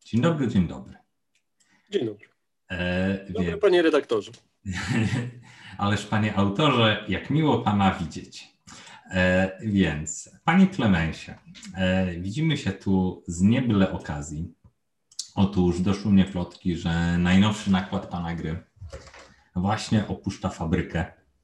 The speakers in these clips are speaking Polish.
Dzień dobry, dzień dobry. Dzień dobry. Dobry panie redaktorze. Ależ panie autorze, jak miło pana widzieć. Więc panie Klemensie, widzimy się tu z nie byle okazji. Otóż doszły mnie plotki, że najnowszy nakład pana gry właśnie opuszcza fabrykę.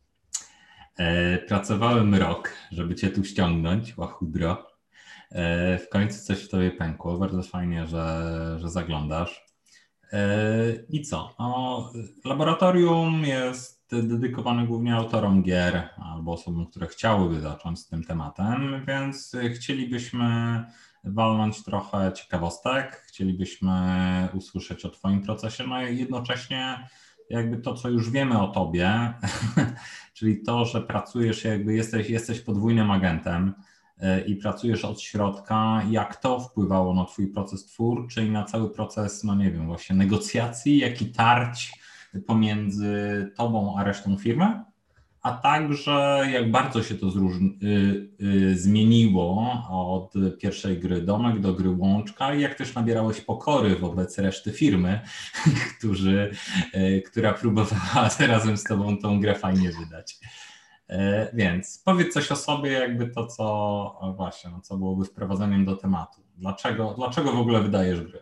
Pracowałem rok, żeby cię tu ściągnąć, łachudro. W końcu coś w tobie pękło. Bardzo fajnie, że zaglądasz. I co? No, laboratorium jest dedykowane głównie autorom gier albo osobom, które chciałyby zacząć z tym tematem, więc chcielibyśmy walnąć trochę ciekawostek, chcielibyśmy usłyszeć o twoim procesie, no i jednocześnie jakby to, co już wiemy o tobie, czyli to, że pracujesz, jakby jesteś podwójnym agentem i pracujesz od środka, jak to wpływało na twój proces twórczy i na cały proces, no nie wiem, właśnie negocjacji, jak i tarć pomiędzy tobą a resztą firmy, a także jak bardzo się to zmieniło od pierwszej gry Domek do gry Łączka i jak też nabierałeś pokory wobec reszty firmy, która próbowała razem z tobą tą grę fajnie wydać. Więc powiedz coś o sobie, jakby to, co byłoby wprowadzeniem do tematu. Dlaczego w ogóle wydajesz gry?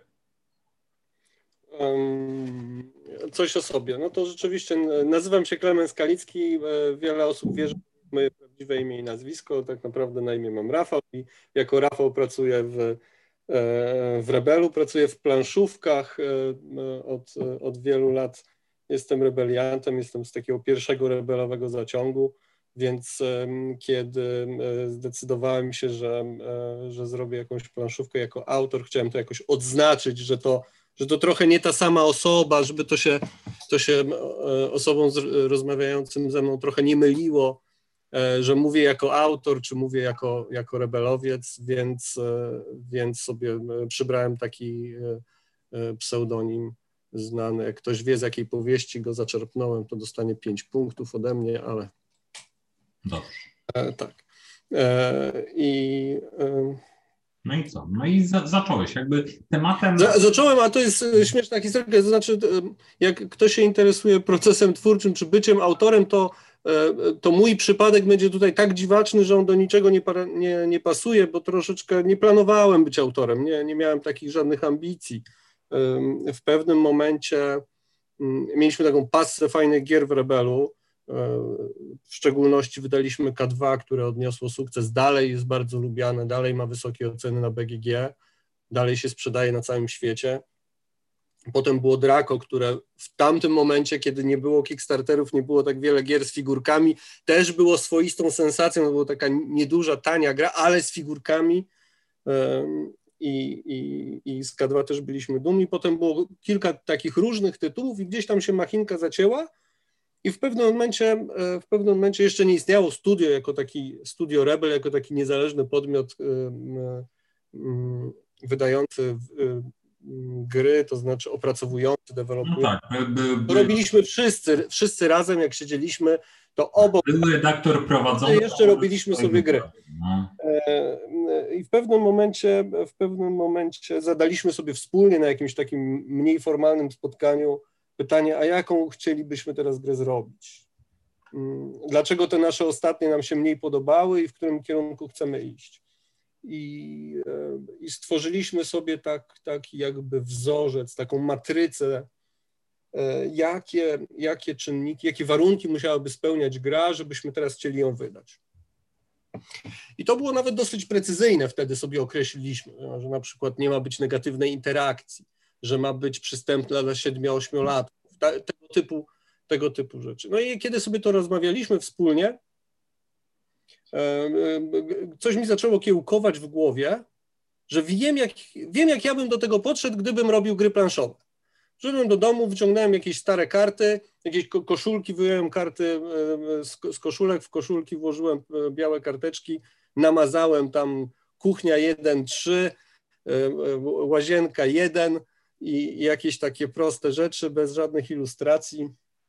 Coś o sobie. No to rzeczywiście nazywam się Klemens Kalicki. Wiele osób wie, że moje prawdziwe imię i nazwisko. Tak naprawdę na imię mam Rafał i jako Rafał pracuję w Rebelu, pracuję w planszówkach od wielu lat. Jestem rebeliantem, jestem z takiego pierwszego rebelowego zaciągu. Więc kiedy zdecydowałem się, że zrobię jakąś planszówkę jako autor, chciałem to jakoś odznaczyć, że to trochę nie ta sama osoba, żeby to się osobom rozmawiającym ze mną trochę nie myliło, że mówię jako autor, czy mówię jako rebelowiec, więc sobie przybrałem taki pseudonim znany. Jak ktoś wie, z jakiej powieści go zaczerpnąłem, to dostanie 5 punktów ode mnie, ale... Dobrze. Tak. No i co? No i zacząłeś jakby tematem... Zacząłem, a to jest śmieszna historia, to znaczy jak ktoś się interesuje procesem twórczym czy byciem autorem, to mój przypadek będzie tutaj tak dziwaczny, że on do niczego nie pasuje, bo troszeczkę nie planowałem być autorem, nie miałem takich żadnych ambicji. W pewnym momencie mieliśmy taką passę fajnych gier w Rebelu. W szczególności wydaliśmy K2, które odniosło sukces, dalej jest bardzo lubiane, dalej ma wysokie oceny na BGG, dalej się sprzedaje na całym świecie. Potem było Draco, które w tamtym momencie, kiedy nie było Kickstarterów, nie było tak wiele gier z figurkami, też było swoistą sensacją, to była taka nieduża, tania gra, ale z figurkami i z K2 też byliśmy dumni. Potem było kilka takich różnych tytułów i gdzieś tam się machinka zacięła. I w pewnym momencie jeszcze nie istniało studio jako taki, Studio Rebel jako taki niezależny podmiot wydający gry, to znaczy opracowujący, dewelopujący. No tak, To robiliśmy wszyscy razem, jak siedzieliśmy, to obok... Był redaktor prowadzący. Jeszcze robiliśmy sobie gry. I w pewnym momencie zadaliśmy sobie wspólnie na jakimś takim mniej formalnym spotkaniu pytanie, a jaką chcielibyśmy teraz grę zrobić? Dlaczego te nasze ostatnie nam się mniej podobały i w którym kierunku chcemy iść? I stworzyliśmy sobie taki jakby wzorzec, taką matrycę, jakie czynniki, jakie warunki musiałaby spełniać gra, żebyśmy teraz chcieli ją wydać. I to było nawet dosyć precyzyjne, wtedy sobie określiliśmy, że na przykład nie ma być negatywnej interakcji, że ma być przystępna dla 7-8 lat, tego typu rzeczy. No i kiedy sobie to rozmawialiśmy wspólnie, coś mi zaczęło kiełkować w głowie, że wiem, jak ja bym do tego podszedł, gdybym robił gry planszowe. Przyszedłem do domu, wyciągnąłem jakieś stare karty, jakieś koszulki, wyjąłem karty z koszulek, w koszulki włożyłem białe karteczki, namazałem tam kuchnia 1-3, łazienka 1 i jakieś takie proste rzeczy, bez żadnych ilustracji.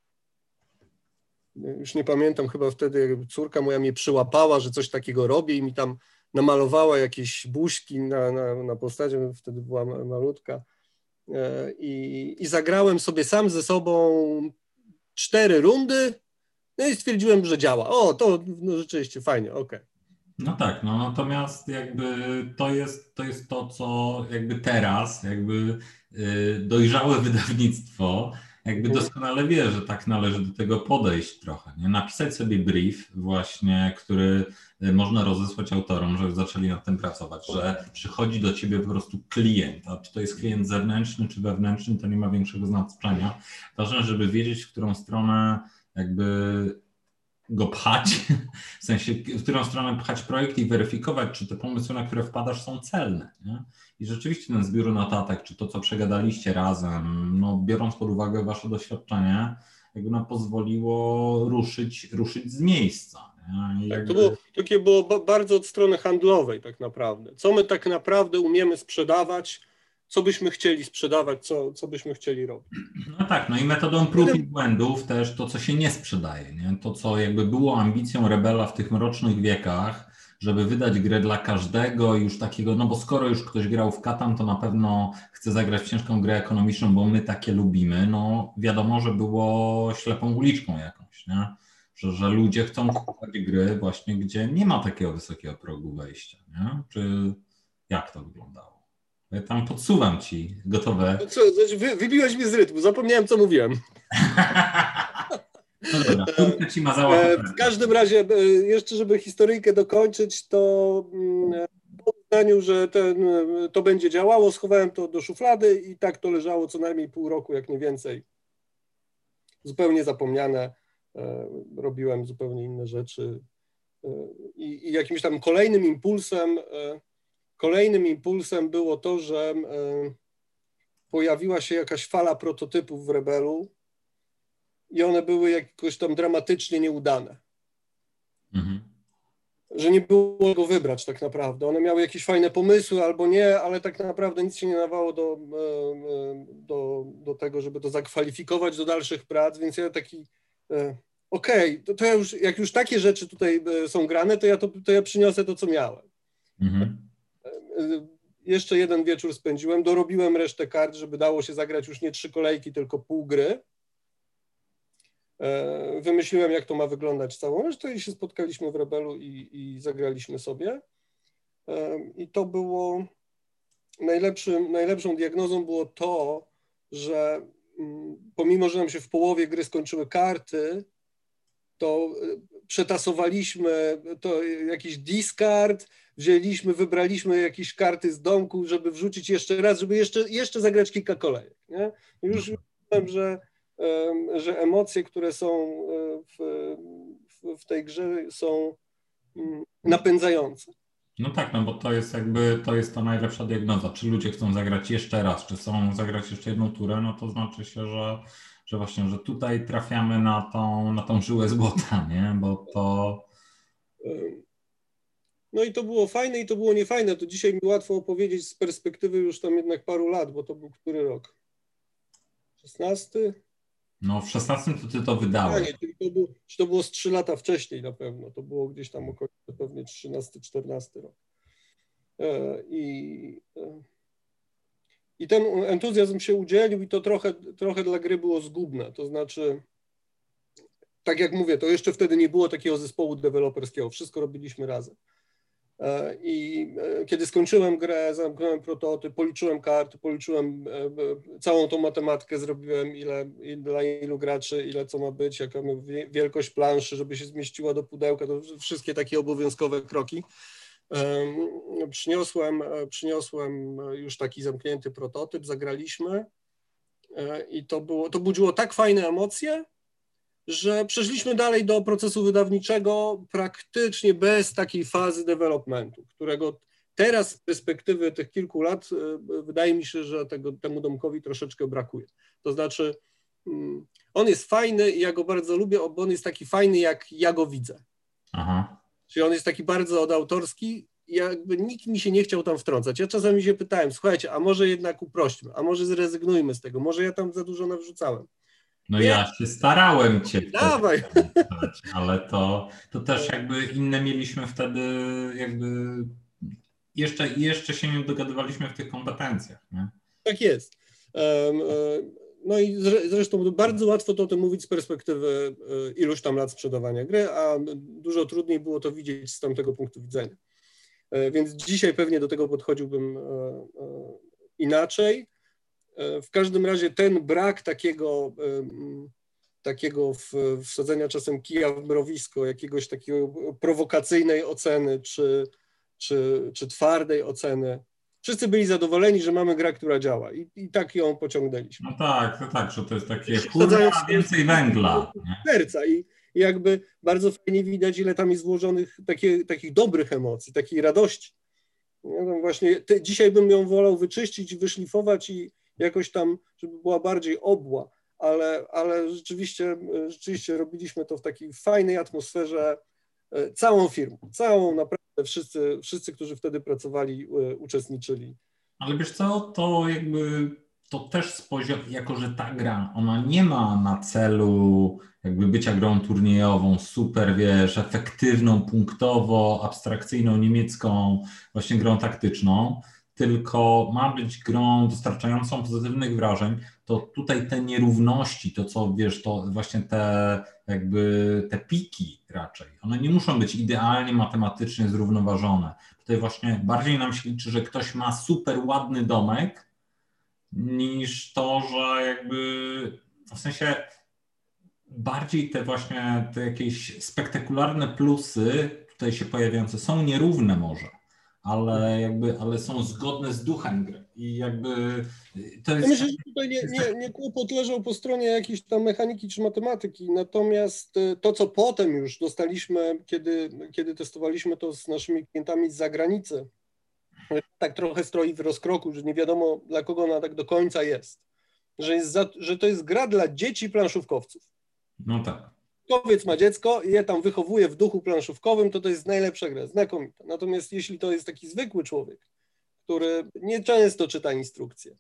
Już nie pamiętam, chyba wtedy córka moja mnie przyłapała, że coś takiego robię i mi tam namalowała jakieś buźki na postaci, wtedy była malutka. i zagrałem sobie sam ze sobą 4 rundy, no i stwierdziłem, że działa. O, to no, rzeczywiście fajnie, okej. No tak, no natomiast jakby to jest to, co jakby teraz jakby dojrzałe wydawnictwo jakby doskonale wie, że tak należy do tego podejść trochę, nie? Napisać sobie brief właśnie, który można rozesłać autorom, żeby zaczęli nad tym pracować, że przychodzi do ciebie po prostu klient, a czy to jest klient zewnętrzny czy wewnętrzny, to nie ma większego znaczenia. Ważne, żeby wiedzieć, w którą stronę jakby go pchać, w sensie w którą stronę pchać projekt i weryfikować, czy te pomysły, na które wpadasz, są celne. Nie? I rzeczywiście ten zbiór notatek, czy to, co przegadaliście razem, no, biorąc pod uwagę wasze doświadczenie, jakby nam pozwoliło ruszyć z miejsca. Nie? Tak, to było bardzo od strony handlowej tak naprawdę. Co my tak naprawdę umiemy sprzedawać, co byśmy chcieli sprzedawać, co byśmy chcieli robić. No tak, no i metodą prób i błędów też to, co się nie sprzedaje, nie? To, co jakby było ambicją Rebela w tych mrocznych wiekach, żeby wydać grę dla każdego już takiego, no bo skoro już ktoś grał w Katan, to na pewno chce zagrać w ciężką grę ekonomiczną, bo my takie lubimy, no wiadomo, że było ślepą uliczką jakąś, nie? Że ludzie chcą kupować gry właśnie, gdzie nie ma takiego wysokiego progu wejścia, nie? Czy jak to wyglądało? Ja tam podsuwam ci gotowe. Co, wybiłeś mnie z rytmu, zapomniałem, co mówiłem. No dobra, kurka ci mazała. W każdym razie, jeszcze żeby historyjkę dokończyć, to po uznaniu, że to będzie działało, schowałem to do szuflady i tak to leżało co najmniej pół roku, jak nie więcej. Zupełnie zapomniane. Robiłem zupełnie inne rzeczy. I jakimś tam kolejnym impulsem było to, że pojawiła się jakaś fala prototypów w Rebelu i one były jakoś tam dramatycznie nieudane. Mhm. Że nie było go wybrać tak naprawdę. One miały jakieś fajne pomysły albo nie, ale tak naprawdę nic się nie nadawało do tego, żeby to zakwalifikować do dalszych prac, więc ja taki okej, to ja już, jak już takie rzeczy tutaj są grane, to ja przyniosę to, co miałem. Mhm. Jeszcze jeden wieczór spędziłem, dorobiłem resztę kart, żeby dało się zagrać już nie 3 kolejki, tylko pół gry. Wymyśliłem, jak to ma wyglądać całą resztę i się spotkaliśmy w Rebelu i zagraliśmy sobie. I to było najlepszą diagnozą było to, że pomimo, że nam się w połowie gry skończyły karty, to przetasowaliśmy to jakiś discard, wybraliśmy jakieś karty z domku, żeby wrzucić jeszcze raz, żeby jeszcze zagrać kilka kolejek. Nie? Już wiem, że emocje, które są w tej grze, są napędzające. No tak, no bo to jest ta najlepsza diagnoza. Czy ludzie chcą zagrać jeszcze raz, czy chcą zagrać jeszcze jedną turę, no to znaczy się, że właśnie, że tutaj trafiamy na tą żyłę złota, nie? Bo to... No i to było fajne i to było niefajne. To dzisiaj mi łatwo opowiedzieć z perspektywy już tam jednak paru lat, bo to był który rok? 16? No w 16 to ty to wydałeś. To było z 3 lata wcześniej na pewno. To było gdzieś tam około pewnie 13-14 rok. I ten entuzjazm się udzielił i to trochę dla gry było zgubne. To znaczy, tak jak mówię, to jeszcze wtedy nie było takiego zespołu deweloperskiego. Wszystko robiliśmy razem. I kiedy skończyłem grę, zamknąłem prototyp, policzyłem karty, policzyłem całą tą matematykę, zrobiłem dla ilu graczy, ile co ma być, jaka ma wielkość planszy, żeby się zmieściła do pudełka, to wszystkie takie obowiązkowe kroki. Przyniosłem już taki zamknięty prototyp, zagraliśmy i to budziło tak fajne emocje, że przeszliśmy dalej do procesu wydawniczego praktycznie bez takiej fazy developmentu, którego teraz z perspektywy tych kilku lat wydaje mi się, że temu domkowi troszeczkę brakuje. To znaczy on jest fajny i ja go bardzo lubię, bo on jest taki fajny, jak ja go widzę. Aha. Czyli on jest taki bardzo odautorski i jakby nikt mi się nie chciał tam wtrącać. Ja czasami się pytałem, słuchajcie, a może jednak uprośćmy, a może zrezygnujmy z tego, może ja tam za dużo nawrzucałem. No ja się starałem cię Dawaj. Ale to też jakby inne mieliśmy wtedy jakby jeszcze się nie dogadywaliśmy w tych kompetencjach, nie? Tak jest. No i zresztą bardzo łatwo to o tym mówić z perspektywy iluś tam lat sprzedawania gry, a dużo trudniej było to widzieć z tamtego punktu widzenia. Więc dzisiaj pewnie do tego podchodziłbym inaczej. W każdym razie ten brak takiego wsadzenia czasem kija w mrowisko, jakiegoś takiego prowokacyjnej oceny czy twardej oceny. Wszyscy byli zadowoleni, że mamy grę, która działa i tak ją pociągnęliśmy. No tak, że to jest takie kurwa, więcej węgla. Serca i jakby bardzo fajnie widać, ile tam jest włożonych takich dobrych emocji, takiej radości. No właśnie dzisiaj bym ją wolał wyczyścić, wyszlifować i jakoś tam, żeby była bardziej obła, ale rzeczywiście robiliśmy to w takiej fajnej atmosferze, całą firmą, naprawdę wszyscy, którzy wtedy pracowali, uczestniczyli. Ale wiesz co, to jakby to też z poziomu, jako że ta gra, ona nie ma na celu jakby bycia grą turniejową, super, wiesz, efektywną, punktowo, abstrakcyjną, niemiecką, właśnie grą taktyczną, tylko ma być grą dostarczającą pozytywnych wrażeń, to tutaj te nierówności, to co wiesz, to właśnie te piki raczej, one nie muszą być idealnie matematycznie zrównoważone. Tutaj właśnie bardziej nam się liczy, że ktoś ma super ładny domek, niż to, że jakby w sensie bardziej te jakieś spektakularne plusy tutaj się pojawiające są nierówne może, ale są zgodne z duchem gry i jakby to jest... Ja myślę, że tutaj nie kłopot leżał po stronie jakiejś tam mechaniki czy matematyki, natomiast to, co potem już dostaliśmy, kiedy testowaliśmy to z naszymi klientami z zagranicy, tak trochę stroi w rozkroku, że nie wiadomo, dla kogo ona tak do końca jest. Że to jest gra dla dzieci planszówkowców. No tak. Chłopiec ma dziecko i je tam wychowuje w duchu planszówkowym, to jest najlepsza gra, znakomita. Natomiast jeśli to jest taki zwykły człowiek, który nieczęsto czyta instrukcje,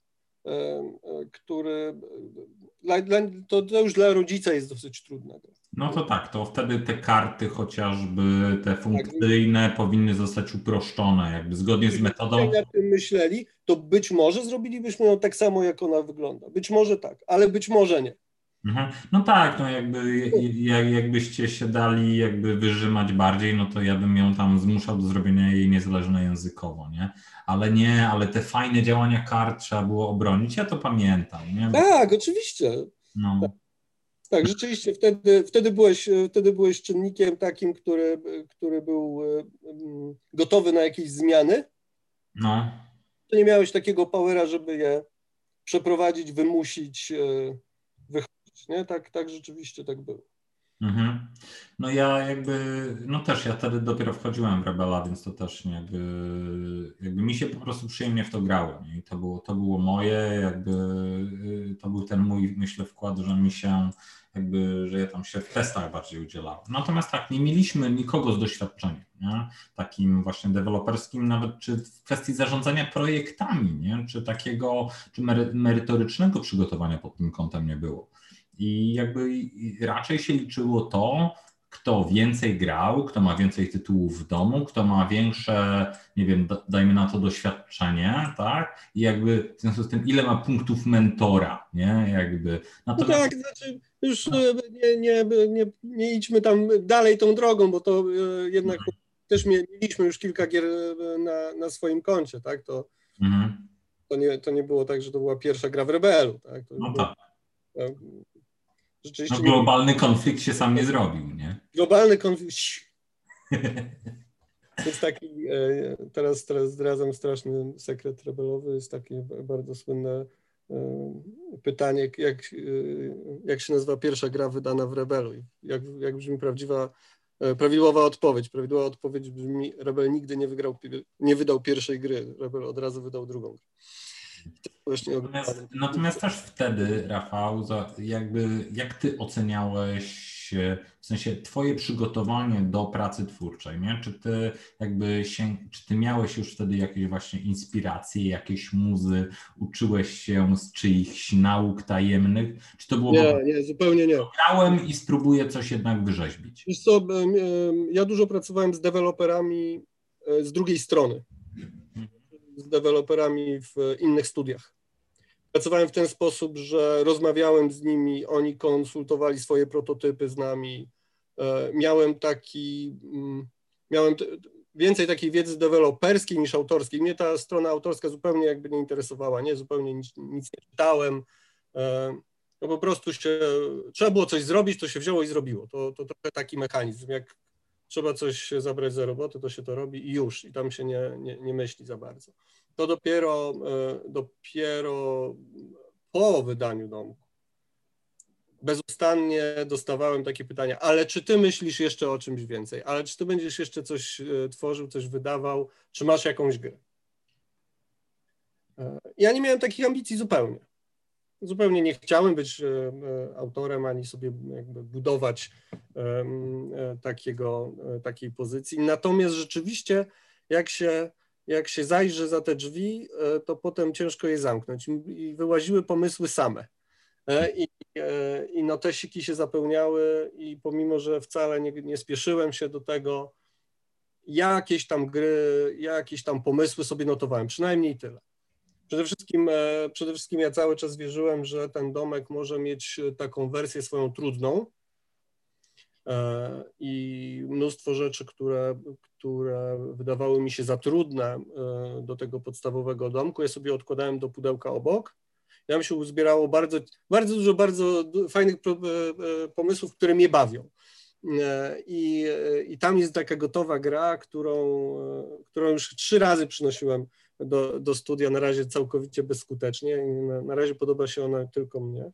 to już dla rodzica jest dosyć trudne. No to tak, to wtedy te karty chociażby, te funkcyjne powinny zostać uproszczone, jakby zgodnie z metodą. Jeśli nad tym myśleli, to być może zrobilibyśmy ją tak samo, jak ona wygląda. Być może tak, ale być może nie. No tak, no jakbyście się dali jakby wyrzymać bardziej, no to ja bym ją tam zmuszał do zrobienia jej niezależnie językowo, nie? Ale te fajne działania kart trzeba było obronić, ja to pamiętam, nie? Tak, oczywiście. No. Tak, rzeczywiście wtedy byłeś czynnikiem takim, który był gotowy na jakieś zmiany. No. To nie miałeś takiego powera, żeby je przeprowadzić, wymusić, wychodzić. Nie? Tak rzeczywiście tak było. Mhm. No ja ja wtedy dopiero wchodziłem w Rebela, więc to też nie jakby mi się po prostu przyjemnie w to grało. Nie? I to było moje, to był ten mój, myślę, wkład, że mi się że ja tam się w testach bardziej udzielałem. Natomiast tak, nie mieliśmy nikogo z doświadczeniem, nie? Takim właśnie deweloperskim, nawet czy w kwestii zarządzania projektami, nie? Czy merytorycznego przygotowania pod tym kątem nie było. I raczej się liczyło to, kto więcej grał, kto ma więcej tytułów w domu, kto ma większe, nie wiem, dajmy na to doświadczenie, tak? I w związku z tym, ile ma punktów mentora, nie? No tak, znaczy już nie idźmy tam dalej tą drogą, bo to jednak też mieliśmy już kilka gier na swoim koncie, tak? To nie było tak, że to była pierwsza gra w Rebelu, tak? Rzeczywiście globalny konflikt się sam nie zrobił, nie? Globalny konflikt. Jest taki, teraz zdradzam straszny sekret rebelowy, jest takie bardzo słynne pytanie, jak się nazywa pierwsza gra wydana w Rebelu? Jak brzmi prawidłowa odpowiedź? Prawidłowa odpowiedź brzmi: Rebel nigdy nie wydał pierwszej gry, Rebel od razu wydał drugą. Natomiast też wtedy, Rafał, jak ty oceniałeś, w sensie twoje przygotowanie do pracy twórczej, nie? Czy ty miałeś już wtedy jakieś właśnie inspiracje, jakieś muzy, uczyłeś się z czyichś nauk tajemnych? Czy to było... Nie, zupełnie nie. Grałem i spróbuję coś jednak wyrzeźbić. Wiesz co, ja dużo pracowałem z deweloperami z drugiej strony, z deweloperami w innych studiach. Pracowałem w ten sposób, że rozmawiałem z nimi, oni konsultowali swoje prototypy z nami. Miałem więcej takiej wiedzy deweloperskiej niż autorskiej. Mnie ta strona autorska zupełnie jakby nie interesowała, nie? Zupełnie nic nie czytałem. No po prostu trzeba było coś zrobić, to się wzięło i zrobiło. To trochę taki mechanizm, jak trzeba coś zabrać za robotę, to się to robi i już. I tam się nie myśli za bardzo. To dopiero po wydaniu domku bezustannie dostawałem takie pytania, ale czy ty myślisz jeszcze o czymś więcej? Ale czy ty będziesz jeszcze coś tworzył, coś wydawał? Czy masz jakąś grę? Ja nie miałem takich ambicji zupełnie. Zupełnie nie chciałem być autorem, ani sobie jakby budować takiej pozycji. Natomiast rzeczywiście, jak się zajrzy za te drzwi, to potem ciężko je zamknąć. I wyłaziły pomysły same. I no te siki się zapełniały i pomimo, że wcale nie spieszyłem się do tego, jakieś tam gry, jakieś tam pomysły sobie notowałem, przynajmniej tyle. Przede wszystkim ja cały czas wierzyłem, że ten domek może mieć taką wersję swoją trudną i mnóstwo rzeczy, które wydawały mi się za trudne do tego podstawowego domku, ja sobie odkładałem do pudełka obok. Ja mi się uzbierało bardzo dużo bardzo fajnych pomysłów, które mnie bawią. I tam jest taka gotowa gra, którą już 3 razy przynosiłem do studia, na razie całkowicie bezskutecznie. Na razie podoba się ona tylko mnie.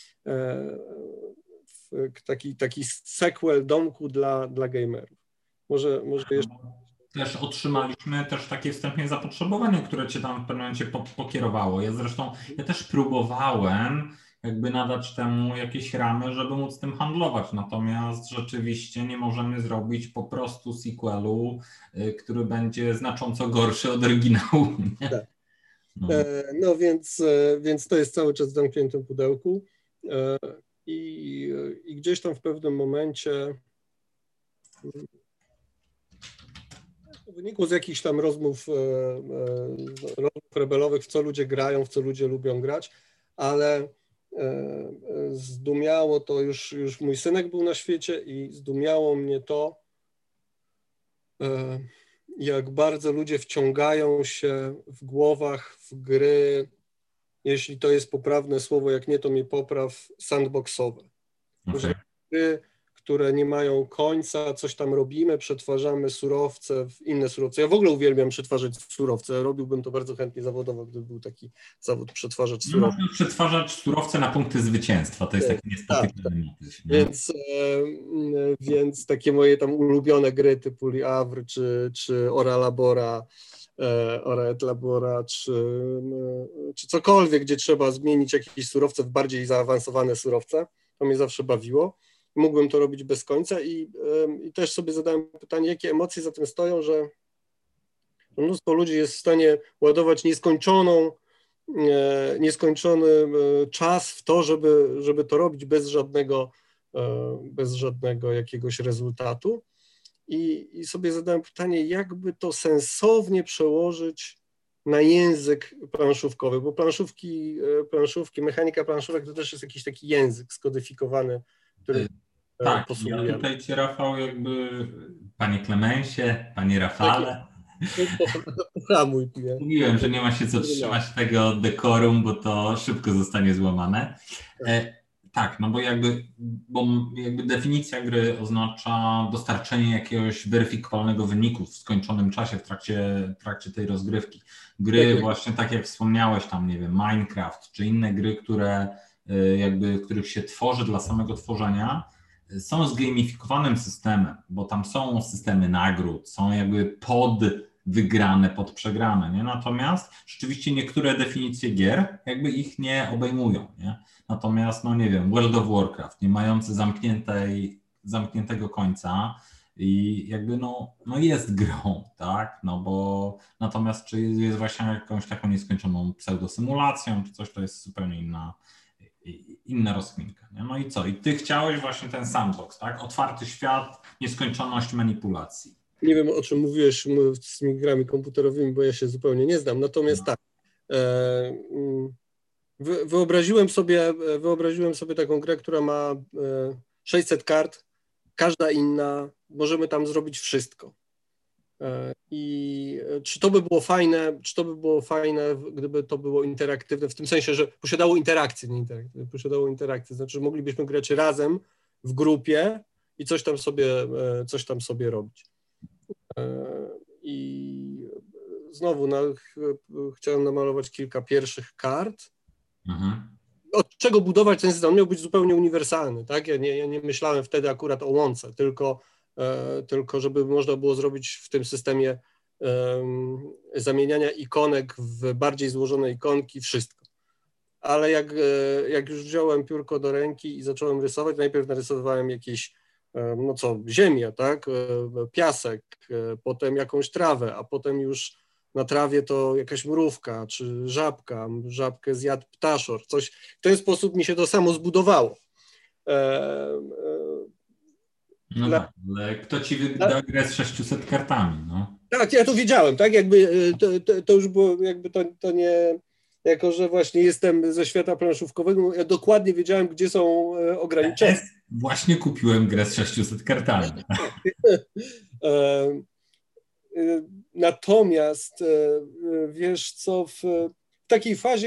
Taki sequel domku dla gamerów. Może jeszcze... Też otrzymaliśmy też takie wstępne zapotrzebowanie, które cię tam w pewnym momencie pokierowało. Ja też próbowałem jakby nadać temu jakieś ramy, żeby móc tym handlować. Natomiast rzeczywiście nie możemy zrobić po prostu sequelu, który będzie znacząco gorszy od oryginału. Nie? Tak. No więc to jest cały czas w zamkniętym pudełku i gdzieś tam w pewnym momencie w wyniku z jakichś tam rozmów rebelowych, w co ludzie grają, w co ludzie lubią grać, ale zdumiało to, już mój synek był na świecie i zdumiało mnie to, jak bardzo ludzie wciągają się w głowach w gry, jeśli to jest poprawne słowo, jak nie, to mnie popraw, sandboxowe. Że gry, które nie mają końca, coś tam robimy, przetwarzamy surowce w inne surowce. Ja w ogóle uwielbiam przetwarzać surowce, robiłbym to bardzo chętnie zawodowo, gdyby był taki zawód przetwarzacz surowce. Można przetwarzać surowce na punkty zwycięstwa, to jest taki niespotykany motyw. Więc takie moje tam ulubione gry typu Le Havre, czy Ora Labora, Ora et Labora, czy cokolwiek, gdzie trzeba zmienić jakieś surowce w bardziej zaawansowane surowce, to mnie zawsze bawiło. Mógłbym to robić bez końca i też sobie zadałem pytanie, jakie emocje za tym stoją, że mnóstwo ludzi jest w stanie ładować nieskończony czas w to, żeby to robić bez żadnego jakiegoś rezultatu. I sobie zadałem pytanie, jakby to sensownie przełożyć na język planszówkowy, bo planszówki, mechanika planszówek to też jest jakiś taki język skodyfikowany, który tak, posługujemy. Ja tutaj Cię, Rafał, jakby panie Klemensie, panie Rafale. Pohamuj mnie. Mówiłem, że nie ma się co trzymać tego dekorum, bo to szybko zostanie złamane. Tak, no bo jakby definicja gry oznacza dostarczenie jakiegoś weryfikowalnego wyniku w skończonym czasie w trakcie tej rozgrywki. Gry właśnie tak jak wspomniałeś tam, nie wiem, Minecraft czy inne gry, których się tworzy dla samego tworzenia, są zgamifikowanym systemem, bo tam są systemy nagród, są jakby wygrane, pod przegrane, nie? Natomiast rzeczywiście niektóre definicje gier jakby ich nie obejmują, nie? Natomiast, no nie wiem, World of Warcraft, nie mający zamkniętego końca i jakby no jest grą, tak? No bo natomiast czy jest właśnie jakąś taką nieskończoną pseudosymulacją, czy coś, to jest zupełnie inna rozkminka, nie? No i co? I ty chciałeś właśnie ten sandbox, tak? Otwarty świat, nieskończoność manipulacji. Nie wiem, o czym mówiłeś z tymi grami komputerowymi, bo ja się zupełnie nie znam. Natomiast tak, Wyobraziłem sobie taką grę, która ma 600 kart, każda inna, możemy tam zrobić wszystko. I czy to by było fajne, gdyby to było interaktywne, w tym sensie, że posiadało interakcję, nie interaktywne, posiadało interakcję, znaczy, że moglibyśmy grać razem w grupie i coś tam sobie robić. I znowu chciałem namalować kilka pierwszych kart. Od czego budować ten system? On miał być zupełnie uniwersalny, tak? Ja nie myślałem wtedy akurat o łące, tylko żeby można było zrobić w tym systemie zamieniania ikonek w bardziej złożone ikonki, wszystko. Ale jak już wziąłem piórko do ręki i zacząłem rysować, najpierw narysowałem jakieś, ziemię, tak? Piasek, potem jakąś trawę, a potem już na trawie to jakaś mrówka czy żabka, żabkę zjadł ptaszor, coś. W ten sposób mi się to samo zbudowało. No tak, ale kto ci wyda grę z 600 kartami, no? Tak, ja to wiedziałem, tak? Jakby to już było, jakby to nie... Jako że właśnie jestem ze świata planszówkowego, ja dokładnie wiedziałem, gdzie są ograniczenia. Właśnie kupiłem grę z 600 kartami. Natomiast wiesz co, w takiej fazie,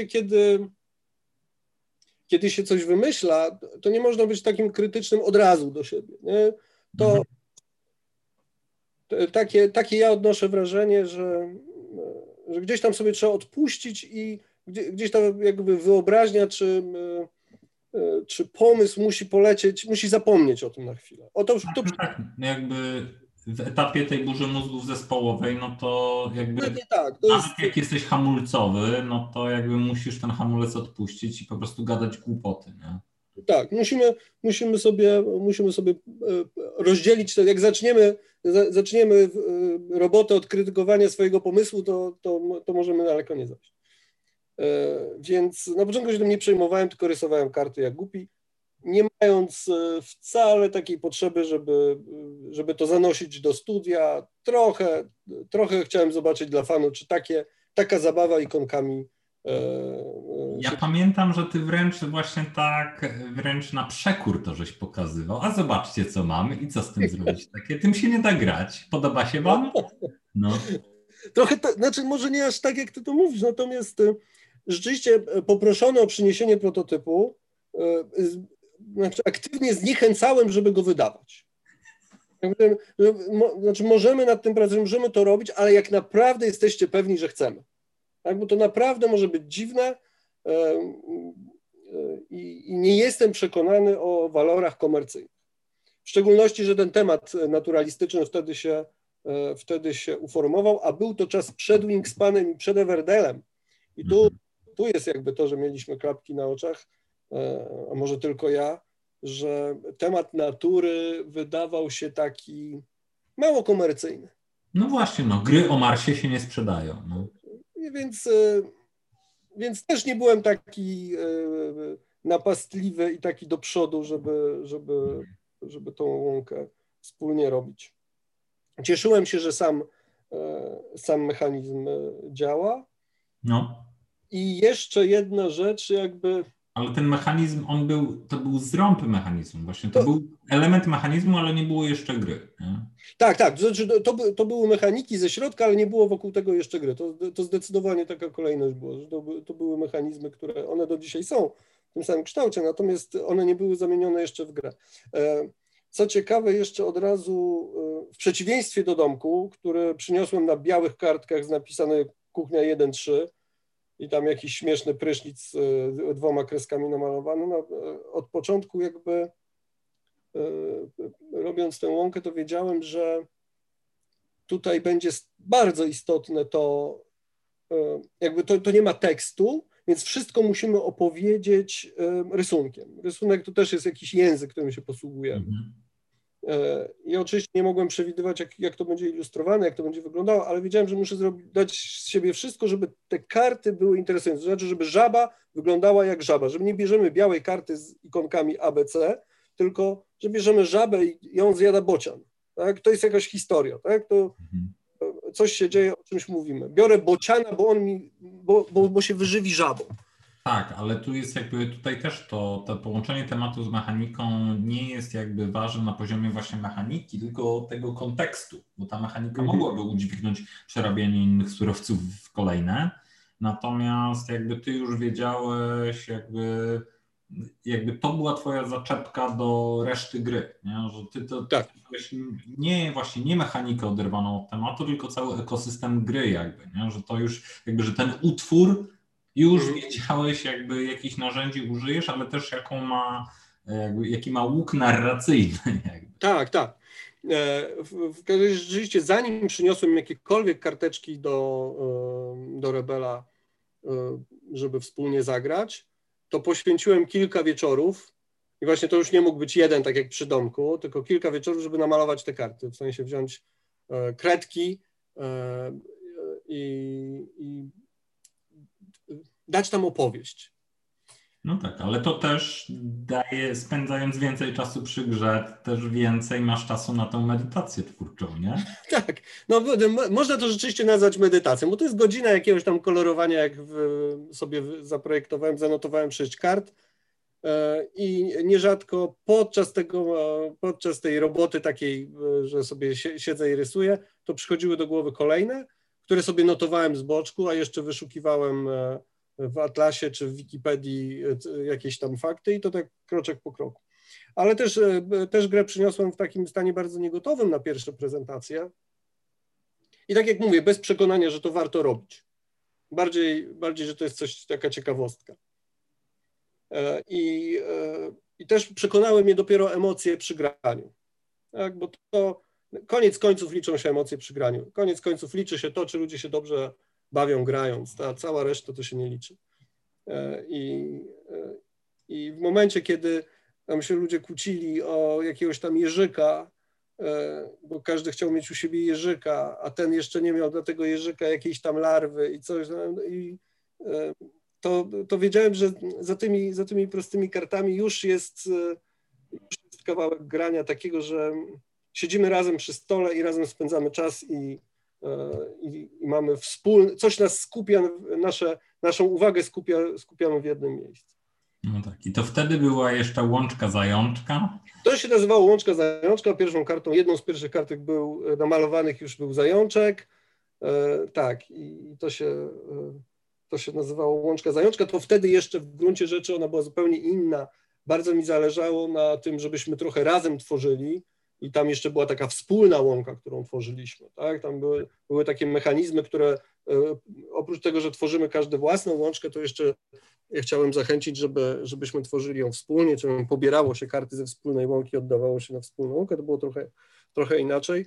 kiedy się coś wymyśla, to nie można być takim krytycznym od razu do siebie. Nie? Takie ja odnoszę wrażenie, że gdzieś tam sobie trzeba odpuścić i gdzieś tam jakby wyobraźnia czy pomysł musi polecieć, musi zapomnieć o tym na chwilę. Tak, jakby w etapie tej burzy mózgów zespołowej, no to jakby nawet jak jesteś hamulcowy, no to jakby musisz ten hamulec odpuścić i po prostu gadać głupoty, nie? Tak, musimy sobie rozdzielić to. Jak zaczniemy robotę od krytykowania swojego pomysłu, to możemy daleko nie zajść. Więc na początku się tym nie przejmowałem, tylko rysowałem karty jak głupi, nie mając wcale takiej potrzeby, żeby to zanosić do studia. Trochę chciałem zobaczyć dla fanów, czy taka zabawa ikonkami. Ja pamiętam, że ty wręcz na przekór to żeś pokazywał. A zobaczcie, co mamy i co z tym zrobić. Tym się nie da grać. Podoba się wam? No. Trochę, znaczy może nie aż tak, jak ty to mówisz, natomiast rzeczywiście poproszono o przyniesienie prototypu, znaczy aktywnie zniechęcałem, żeby go wydawać. Znaczy możemy nad tym pracować, możemy to robić, ale jak naprawdę jesteście pewni, że chcemy. Tak? Bo to naprawdę może być dziwne i nie jestem przekonany o walorach komercyjnych. W szczególności, że ten temat naturalistyczny wtedy się uformował, a był to czas przed Wingspanem i przed Everdelem. I tu jest jakby to, że mieliśmy klapki na oczach, a może tylko ja, że temat natury wydawał się taki mało komercyjny. No właśnie, gry o Marsie się nie sprzedają. No. Więc też nie byłem taki napastliwy i taki do przodu, żeby tą łąkę wspólnie robić. Cieszyłem się, że sam mechanizm działa. No. I jeszcze jedna rzecz, jakby... Ale ten mechanizm, to był zrąb mechanizmu. Właśnie to był element mechanizmu, ale nie było jeszcze gry. Nie? Tak. To znaczy, to były mechaniki ze środka, ale nie było wokół tego jeszcze gry. To zdecydowanie taka kolejność była. Że to były mechanizmy, które one do dzisiaj są w tym samym kształcie, natomiast one nie były zamienione jeszcze w grę. Co ciekawe, jeszcze od razu, w przeciwieństwie do domku, który przyniosłem na białych kartkach z napisane kuchnia 1-3 i tam jakiś śmieszny prysznic z 2 kreskami namalowany, od początku jakby robiąc tę łąkę, to wiedziałem, że tutaj będzie bardzo istotne to, jakby to nie ma tekstu, więc wszystko musimy opowiedzieć rysunkiem. Rysunek to też jest jakiś język, którym się posługujemy. I oczywiście nie mogłem przewidywać, jak to będzie ilustrowane, jak to będzie wyglądało, ale wiedziałem, że muszę dać z siebie wszystko, żeby te karty były interesujące. To znaczy, żeby żaba wyglądała jak żaba, żeby nie bierzemy białej karty z ikonkami ABC, tylko że bierzemy żabę i ją zjada bocian. Tak? To jest jakaś historia. Tak? To coś się dzieje, o czymś mówimy. Biorę bociana, bo on bo się wyżywi żabą. Tak, ale tu jest jakby tutaj też to połączenie tematu z mechaniką nie jest jakby ważne na poziomie właśnie mechaniki, tylko tego kontekstu, bo ta mechanika mogłaby udźwignąć przerabianie innych surowców w kolejne, natomiast jakby ty już wiedziałeś jakby to była twoja zaczepka do reszty gry, nie? Że ty to Tak. nie mechanikę oderwaną od tematu, tylko cały ekosystem gry jakby, nie? Że to już jakby, że ten utwór już wiedziałeś jakby jakich narzędzi użyjesz, ale też jaki ma łuk narracyjny jakby. Tak, tak. Rzeczywiście zanim przyniosłem jakiekolwiek karteczki do Rebela, żeby wspólnie zagrać, to poświęciłem kilka wieczorów i właśnie to już nie mógł być jeden, tak jak przy domku, tylko kilka wieczorów, żeby namalować te karty, w sensie wziąć kredki i dać tam opowieść. No tak, ale to też daje, spędzając więcej czasu przy grze, też więcej masz czasu na tą medytację twórczą, nie? Tak, no można to rzeczywiście nazwać medytacją, bo to jest godzina jakiegoś tam kolorowania, jak sobie zaprojektowałem, zanotowałem 6 kart i nierzadko podczas tej roboty takiej, że sobie siedzę i rysuję, to przychodziły do głowy kolejne, które sobie notowałem z boczku, a jeszcze wyszukiwałem w Atlasie czy w Wikipedii jakieś tam fakty i to tak kroczek po kroku. Ale też grę przyniosłem w takim stanie bardzo niegotowym na pierwsze prezentacje. I tak jak mówię, bez przekonania, że to warto robić. Bardziej że to jest taka ciekawostka. I też przekonały mnie dopiero emocje przy graniu. Tak, bo to koniec końców liczą się emocje przy graniu. Koniec końców liczy się to, czy ludzie się dobrze bawią grając. Ta cała reszta to się nie liczy. I w momencie, kiedy tam się ludzie kłócili o jakiegoś tam jeżyka, bo każdy chciał mieć u siebie jeżyka, a ten jeszcze nie miał dla tego jeżyka jakiejś tam larwy i coś. To wiedziałem, że za tymi prostymi kartami już jest kawałek grania takiego, że siedzimy razem przy stole i razem spędzamy czas i mamy wspólne, coś nas skupia, naszą uwagę skupiamy w jednym miejscu. No tak, i to wtedy była jeszcze łączka-zajączka? To się nazywało łączka-zajączka. Pierwszą kartą, jedną z pierwszych kartek namalowanych już był zajączek. Tak, i to się nazywało łączka-zajączka. To wtedy jeszcze w gruncie rzeczy ona była zupełnie inna. Bardzo mi zależało na tym, żebyśmy trochę razem tworzyli i tam jeszcze była taka wspólna łąka, którą tworzyliśmy. Tak? Tam były takie mechanizmy, które oprócz tego, że tworzymy każdy własną łączkę, to jeszcze ja chciałem zachęcić, żebyśmy tworzyli ją wspólnie, czyli pobierało się karty ze wspólnej łąki, oddawało się na wspólną łąkę, to było trochę inaczej.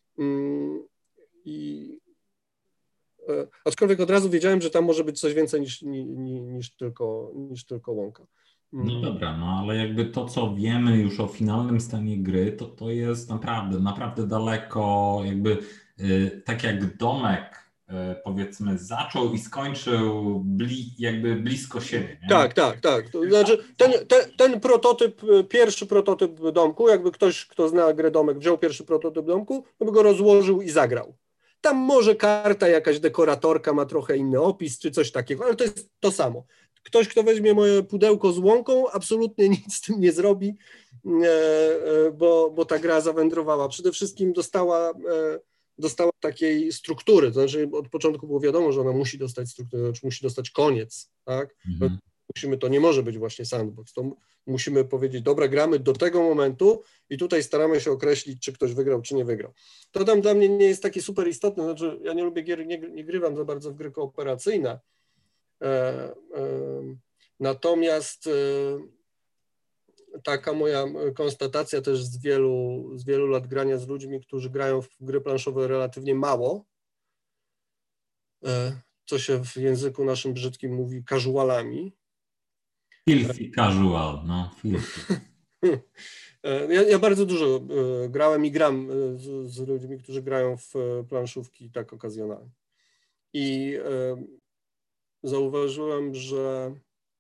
Aczkolwiek od razu wiedziałem, że tam może być coś więcej niż tylko łąka. No dobra, no ale jakby to, co wiemy już o finalnym stanie gry, to jest naprawdę daleko, jakby tak jak domek, powiedzmy, zaczął i skończył jakby blisko siebie. Nie? Tak. To znaczy ten prototyp, pierwszy prototyp domku, jakby ktoś, kto zna grę domek, wziął pierwszy prototyp domku, to by go rozłożył i zagrał. Tam może karta jakaś dekoratorka ma trochę inny opis, czy coś takiego, ale to jest to samo. Ktoś, kto weźmie moje pudełko z łąką, absolutnie nic z tym nie zrobi, bo ta gra zawędrowała. Przede wszystkim dostała takiej struktury, to znaczy od początku było wiadomo, że ona musi dostać strukturę, to znaczy musi dostać koniec, tak? To nie może być właśnie sandbox, to musimy powiedzieć, dobra, gramy do tego momentu i tutaj staramy się określić, czy ktoś wygrał, czy nie wygrał. To tam dla mnie nie jest takie super istotne, znaczy ja nie lubię gier, nie grywam za bardzo w gry kooperacyjne, natomiast taka moja konstatacja też z wielu lat grania z ludźmi, którzy grają w gry planszowe relatywnie mało, co się w języku naszym brzydkim mówi casualami. Filthy casual, no filthy. Ja bardzo dużo grałem i gram z ludźmi, którzy grają w planszówki tak okazjonalnie. I zauważyłem, że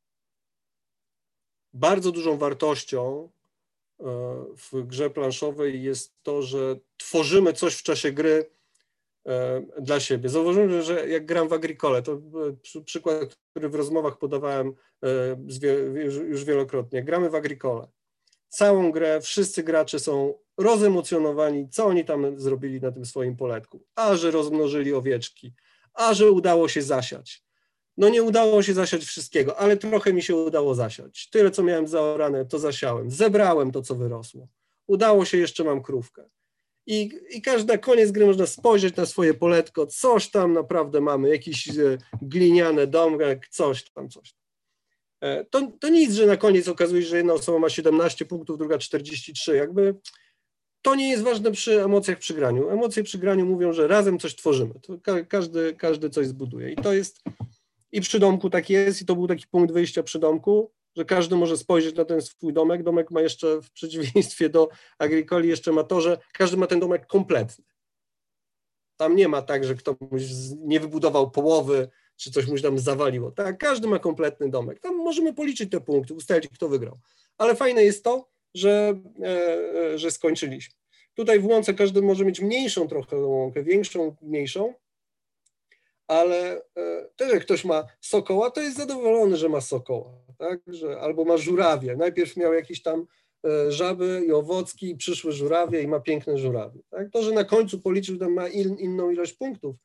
bardzo dużą wartością w grze planszowej jest to, że tworzymy coś w czasie gry dla siebie. Zauważyłem, że jak gram w Agricole, to przykład, który w rozmowach podawałem już wielokrotnie. Gramy w Agricole. Całą grę wszyscy gracze są rozemocjonowani, co oni tam zrobili na tym swoim poletku. A że rozmnożyli owieczki, a że udało się zasiać. No nie udało się zasiać wszystkiego, ale trochę mi się udało zasiać. Tyle, co miałem zaorane, to zasiałem. Zebrałem to, co wyrosło. Udało się, jeszcze mam krówkę. I każdy koniec gry można spojrzeć na swoje poletko, coś tam naprawdę mamy, jakiś gliniany domek, coś tam. To nic, że na koniec okazuje się, że jedna osoba ma 17 punktów, druga 43. Jakby to nie jest ważne przy emocjach przy graniu. Emocje przy graniu mówią, że razem coś tworzymy. To każdy coś zbuduje. I to jest, i przy domku tak jest, i to był taki punkt wyjścia przy domku, że każdy może spojrzeć na ten swój domek. Domek ma jeszcze, w przeciwieństwie do Agricoli, jeszcze ma to, że każdy ma ten domek kompletny. Tam nie ma tak, że ktoś nie wybudował połowy, czy coś mu się tam zawaliło. Tak, każdy ma kompletny domek. Tam możemy policzyć te punkty, ustalić, kto wygrał. Ale fajne jest to, że skończyliśmy. Tutaj w łące każdy może mieć mniejszą trochę łąkę, większą, mniejszą, ale też jak ktoś ma sokoła, to jest zadowolony, że ma sokoła, tak? Albo ma żurawie. Najpierw miał jakieś tam żaby i owocki, i przyszły żurawie i ma piękne żurawie. Tak? To, że na końcu policzył, tam ma inną ilość punktów,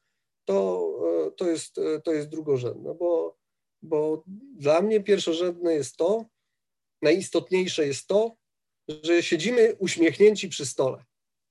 to jest drugorzędne, bo dla mnie pierwszorzędne jest to, najistotniejsze jest to, że siedzimy uśmiechnięci przy stole.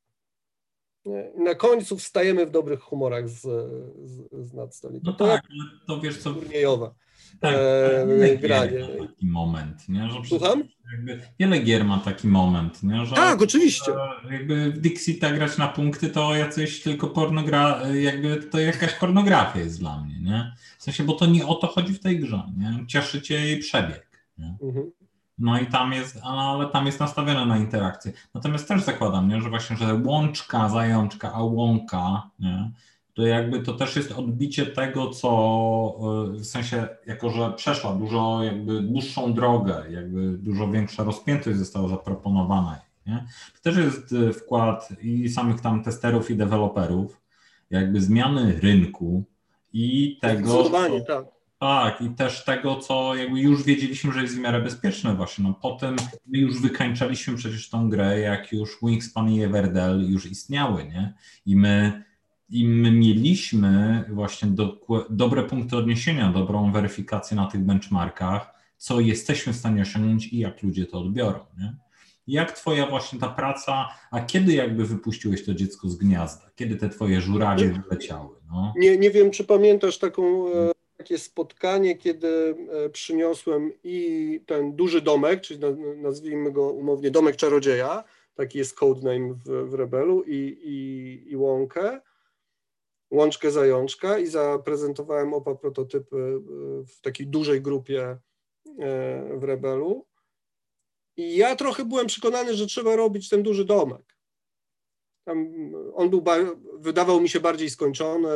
I na końcu wstajemy w dobrych humorach z nadstolika. No tak, to wiesz co... Turniejowa. Tak, granie. Ma taki moment, nie? Że Słucham? Wiele gier ma taki moment, nie? Że tak, oczywiście. Jakby w Dixita grać na punkty to jacyś tylko jakby to jakaś pornografia jest dla mnie, nie? W sensie, bo to nie o to chodzi w tej grze, nie? Cieszy cię jej przebieg, nie? No i tam jest, ale tam jest nastawione na interakcję. Natomiast też zakładam, nie? Że właśnie, że łączka, zajączka, a łąka, nie? To jakby to też jest odbicie tego, co w sensie, jako że przeszła dużo jakby dłuższą drogę, jakby dużo większa rozpiętość została zaproponowana. Nie? To też jest wkład i samych tam testerów i deweloperów, jakby zmiany rynku i tego, tak, i też tego, co jakby już wiedzieliśmy, że jest w miarę bezpieczne właśnie. No potem my już wykańczaliśmy przecież tą grę, jak już Wingspan i Everdell już istniały, nie? I my mieliśmy właśnie dobre punkty odniesienia, dobrą weryfikację na tych benchmarkach, co jesteśmy w stanie osiągnąć i jak ludzie to odbiorą, nie? Jak twoja właśnie ta praca, a kiedy jakby wypuściłeś to dziecko z gniazda? Kiedy te twoje żurawie wyleciały? No? Nie wiem, czy pamiętasz takie spotkanie, kiedy przyniosłem i ten duży domek, czyli nazwijmy go umownie domek czarodzieja, taki jest codename w Rebelu, i łąkę, łączkę zajączka, i zaprezentowałem oba prototypy w takiej dużej grupie w Rebelu. I ja trochę byłem przekonany, że trzeba robić ten duży domek. Tam on wydawał mi się bardziej skończony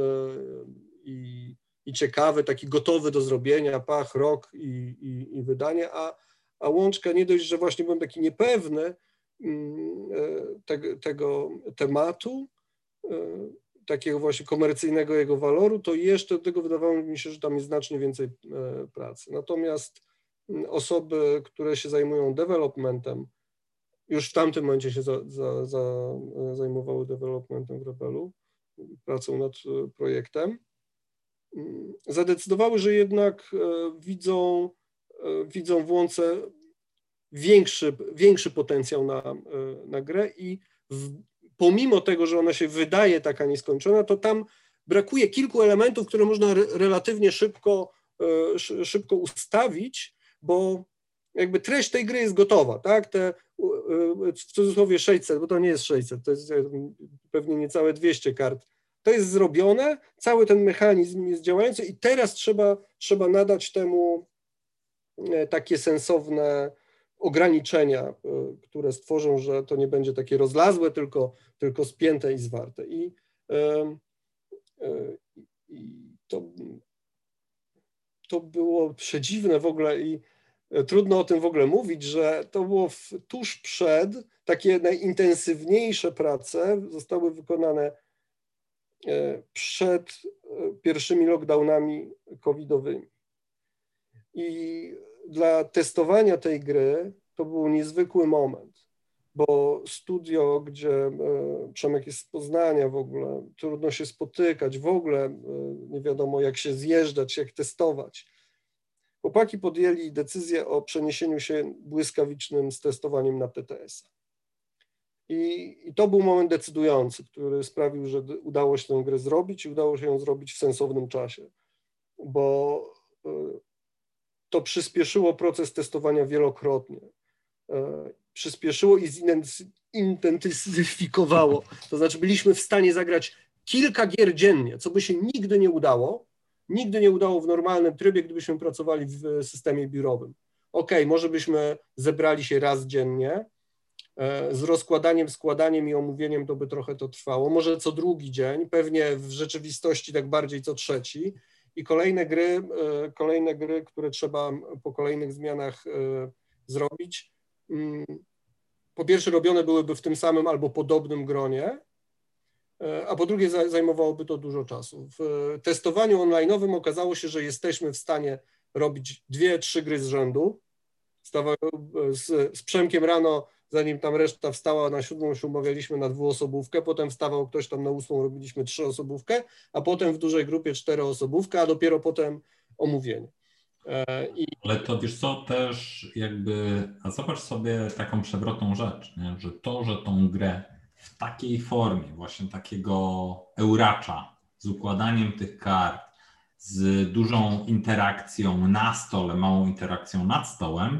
i ciekawy, taki gotowy do zrobienia, rok i wydanie, a łączka nie dość, że właśnie byłem taki niepewny tego tematu, takiego właśnie komercyjnego jego waloru, to jeszcze do tego wydawało mi się, że tam jest znacznie więcej pracy. Natomiast osoby, które się zajmują developmentem, już w tamtym momencie się zajmowały developmentem w Rebelu, pracą nad projektem, zadecydowały, że jednak widzą w łące większy potencjał na grę i pomimo tego, że ona się wydaje taka nieskończona, to tam brakuje kilku elementów, które można relatywnie szybko ustawić, bo jakby treść tej gry jest gotowa, tak? W cudzysłowie 600, bo to nie jest 600, to jest pewnie niecałe 200 kart. To jest zrobione, cały ten mechanizm jest działający i teraz trzeba nadać temu takie sensowne ograniczenia, które stworzą, że to nie będzie takie rozlazłe, tylko spięte i zwarte. I to było przedziwne w ogóle i trudno o tym w ogóle mówić, że to było tuż przed, takie najintensywniejsze prace zostały wykonane przed pierwszymi lockdownami covidowymi. I dla testowania tej gry to był niezwykły moment, bo studio, gdzie Przemek jest z Poznania w ogóle, trudno się spotykać, w ogóle nie wiadomo jak się zjeżdżać, jak testować. Chłopaki podjęli decyzję o przeniesieniu się błyskawicznym z testowaniem na TTS-a. I to był moment decydujący, który sprawił, że udało się tę grę zrobić i udało się ją zrobić w sensownym czasie, bo to przyspieszyło proces testowania wielokrotnie. Przyspieszyło i zintensyfikowało. To znaczy byliśmy w stanie zagrać kilka gier dziennie, co by się nigdy nie udało. Nigdy nie udało w normalnym trybie, gdybyśmy pracowali w systemie biurowym. Może byśmy zebrali się raz dziennie, z rozkładaniem, składaniem i omówieniem to by trochę to trwało. Może co drugi dzień, pewnie w rzeczywistości tak bardziej co trzeci. I kolejne gry, które trzeba po kolejnych zmianach zrobić, po pierwsze robione byłyby w tym samym albo podobnym gronie, a po drugie zajmowałoby to dużo czasu. W testowaniu online'owym okazało się, że jesteśmy w stanie robić 2-3 gry z rzędu. Z Przemkiem rano, zanim tam reszta wstała, na 7 się umawialiśmy na 2-osobówkę, potem wstawał ktoś tam na 8, robiliśmy 3-osobówkę, a potem w dużej grupie 4-osobówkę, a dopiero potem omówienie. Ale to wiesz co, też a zobacz sobie taką przewrotną rzecz, nie? Że to, że tą grę w takiej formie, właśnie takiego euracza, z układaniem tych kart, z dużą interakcją na stole, małą interakcją nad stołem,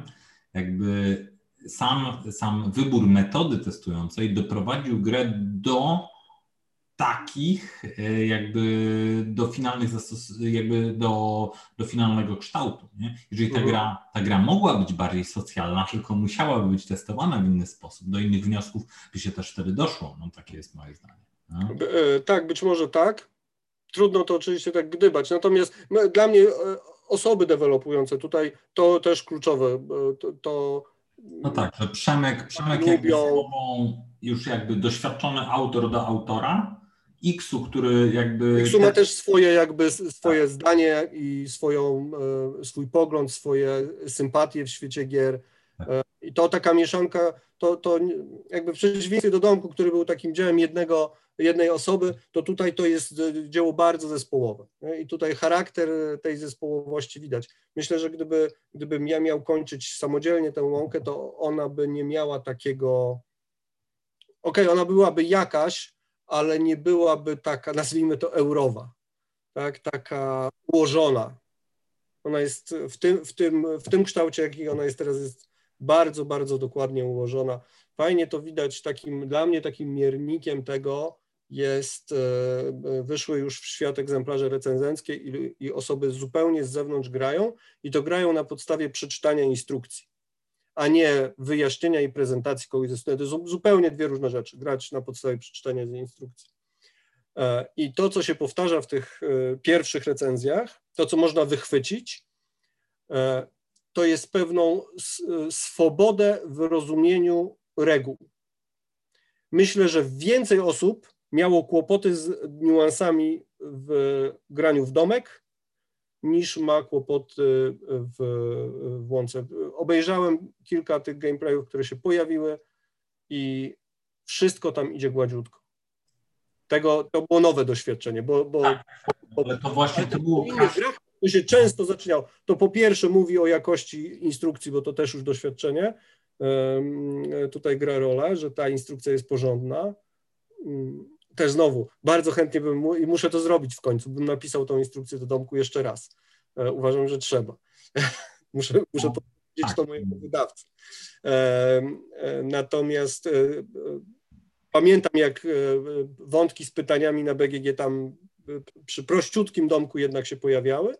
sam wybór metody testującej doprowadził grę do takich do finalnych do finalnego kształtu. Nie? Jeżeli ta gra mogła być bardziej socjalna, tylko musiałaby być testowana w inny sposób, do innych wniosków by się też wtedy doszło. No takie jest moje zdanie. No? Tak, być może tak. Trudno to oczywiście tak gdybać. Natomiast dla mnie osoby dewelopujące tutaj to też kluczowe. No tak, że Przemek słową już doświadczony autor do autora, X-u, który X-u ma też swoje zdanie i swój pogląd, swoje sympatie w świecie gier. I to taka mieszanka, to w przeciwieństwie do Domku, który był takim dziełem jednej osoby, to tutaj to jest dzieło bardzo zespołowe. I tutaj charakter tej zespołowości widać. Myślę, że gdybym ja miał kończyć samodzielnie tę łąkę, to ona by nie miała takiego... ona byłaby jakaś, ale nie byłaby taka, nazwijmy to, eurowa, tak? Taka ułożona. Ona jest w tym kształcie, jaki ona jest teraz, jest bardzo, bardzo dokładnie ułożona. Fajnie to widać, dla mnie takim miernikiem tego wyszły już w świat egzemplarze recenzenckie i osoby zupełnie z zewnątrz grają i to grają na podstawie przeczytania instrukcji, a nie wyjaśnienia i prezentacji kogoś ze strony. To są zupełnie dwie różne rzeczy, grać na podstawie przeczytania instrukcji. I to, co się powtarza w tych pierwszych recenzjach, to, co można wychwycić, to jest pewną swobodę w rozumieniu reguł. Myślę, że więcej osób miało kłopoty z niuansami w graniu w domek, niż ma kłopoty w łące. Obejrzałem kilka tych gameplayów, które się pojawiły i wszystko tam idzie gładziutko. To było nowe doświadczenie, ale to właśnie to było... To się często zaczynało. To po pierwsze mówi o jakości instrukcji, bo to też już doświadczenie tutaj gra rolę, że ta instrukcja jest porządna. Też znowu, bardzo chętnie i muszę to zrobić w końcu, bym napisał tą instrukcję do Domku jeszcze raz. Uważam, że trzeba. muszę powiedzieć to mojemu wydawcy. Natomiast pamiętam, jak wątki z pytaniami na BGG tam przy prościutkim Domku jednak się pojawiały,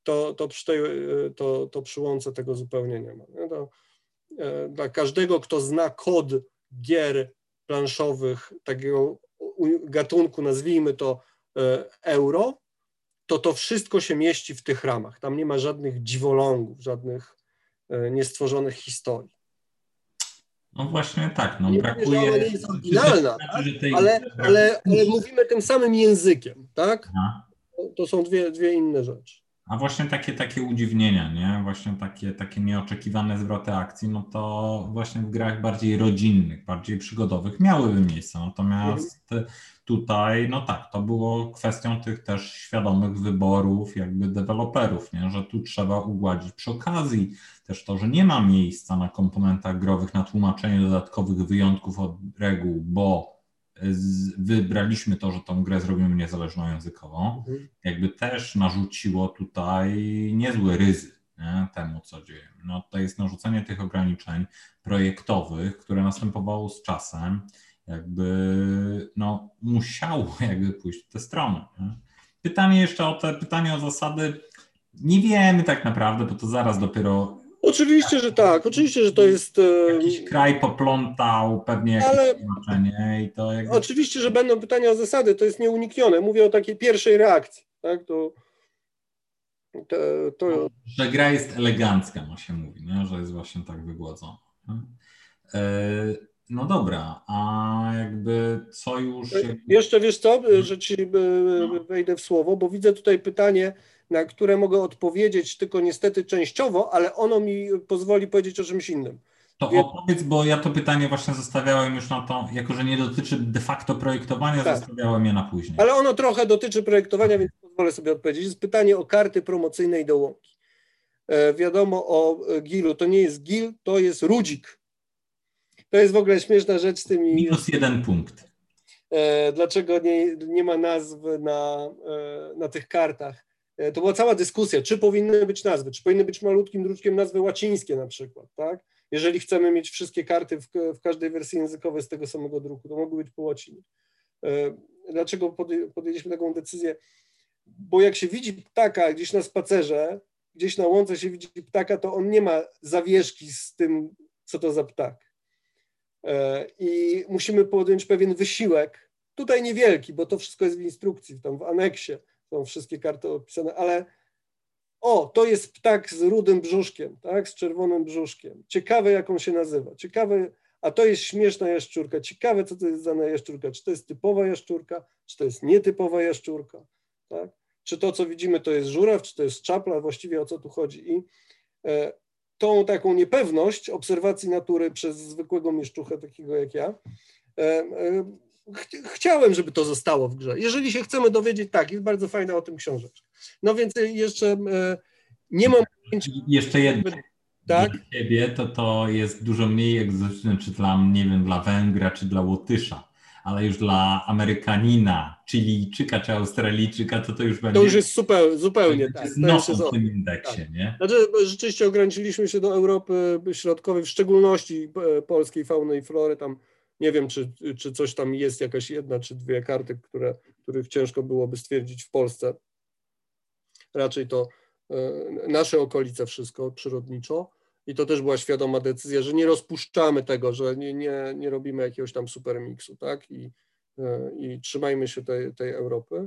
to przy łące tego zupełnie nie ma. Dla każdego, kto zna kod gier planszowych, takiego gatunku, nazwijmy to euro, to wszystko się mieści w tych ramach. Tam nie ma żadnych dziwolągów, żadnych niestworzonych historii. No właśnie tak, no Nie mówię, że ona nie brakuje... jest oryginalna, Znaczy, tak? że tej... Ale mówimy tym samym językiem, tak? Aha. To są dwie inne rzeczy. A właśnie takie udziwnienia, nie? Właśnie takie nieoczekiwane zwroty akcji, no to właśnie w grach bardziej rodzinnych, bardziej przygodowych miałyby miejsce. Natomiast tutaj, no tak, to było kwestią tych też świadomych wyborów jakby deweloperów, nie? Że tu trzeba ugładzić. Przy okazji też to, że nie ma miejsca na komponentach growych na tłumaczenie dodatkowych wyjątków od reguł, bo wybraliśmy to, że tą grę zrobimy niezależną językowo, jakby też narzuciło tutaj niezły ryzyk, nie, temu, co dzieje. No to jest narzucenie tych ograniczeń projektowych, które następowało z czasem, jakby no musiało jakby pójść w tę stronę. Nie? Pytanie o zasady, nie wiemy tak naprawdę, bo to zaraz dopiero Oczywiście, że tak. Oczywiście, że to jest... jakiś kraj poplątał, pewnie jakieś Ale tłumaczenie i to jakby... oczywiście, że będą pytania o zasady, to jest nieuniknione. Mówię o takiej pierwszej reakcji. Tak? Że gra jest elegancka, no się mówi, nie? Że jest właśnie tak wygłodzona. No dobra, a jakby co już... Jeszcze wiesz co, że ci wejdę w słowo, bo widzę tutaj pytanie, na które mogę odpowiedzieć, tylko niestety częściowo, ale ono mi pozwoli powiedzieć o czymś innym. To opowiedz, bo ja to pytanie właśnie zostawiałem już na to, jako że nie dotyczy de facto projektowania, tak. Zostawiałem je na później. Ale ono trochę dotyczy projektowania, więc pozwolę sobie odpowiedzieć. Jest pytanie o karty promocyjne i dołąki. Wiadomo o GIL-u, to nie jest GIL, to jest Rudzik. To jest w ogóle śmieszna rzecz z tymi... -1 punkt. Dlaczego nie ma nazw na tych kartach? To była cała dyskusja, czy powinny być nazwy, czy powinny być malutkim druczkiem nazwy łacińskie na przykład, tak? Jeżeli chcemy mieć wszystkie karty w każdej wersji językowej z tego samego druku, to mogły być po łacinie. Dlaczego podjęliśmy taką decyzję? Bo jak się widzi ptaka gdzieś na spacerze, gdzieś na łące się widzi ptaka, to on nie ma zawieszki z tym, co to za ptak. I musimy podjąć pewien wysiłek, tutaj niewielki, bo to wszystko jest w instrukcji, tam w aneksie są wszystkie karty opisane, ale to jest ptak z rudym brzuszkiem, tak, z czerwonym brzuszkiem. Ciekawe, jak on się nazywa. Ciekawe, a to jest śmieszna jaszczurka. Ciekawe, co to jest za jaszczurka. Czy to jest typowa jaszczurka, czy to jest nietypowa jaszczurka, tak? Czy to, co widzimy, to jest żuraw, czy to jest czapla, właściwie o co tu chodzi. I tą taką niepewność obserwacji natury przez zwykłego mieszczuchę, takiego jak ja, chciałem, żeby to zostało w grze. Jeżeli się chcemy dowiedzieć, tak, jest bardzo fajna o tym książeczka. No więc jeszcze nie mam pojęcia... Jeszcze jedno. Tak? Dla ciebie to jest dużo mniej egzotyczne, czy nie wiem, dla Węgra, czy dla Łotysza, ale już dla Amerykanina, Chilijczyka, czy Australijczyka, to już będzie... To już jest zupełnie tak. Znoszą w tym indeksie, tak. Nie? Znaczy, rzeczywiście ograniczyliśmy się do Europy Środkowej, w szczególności polskiej fauny i flory. Tam nie wiem, czy coś tam jest, jakaś jedna czy dwie karty, których ciężko byłoby stwierdzić w Polsce. Raczej to nasze okolice wszystko przyrodniczo. I to też była świadoma decyzja, że nie rozpuszczamy tego, że nie robimy jakiegoś tam super miksu, tak? I trzymajmy się tej Europy.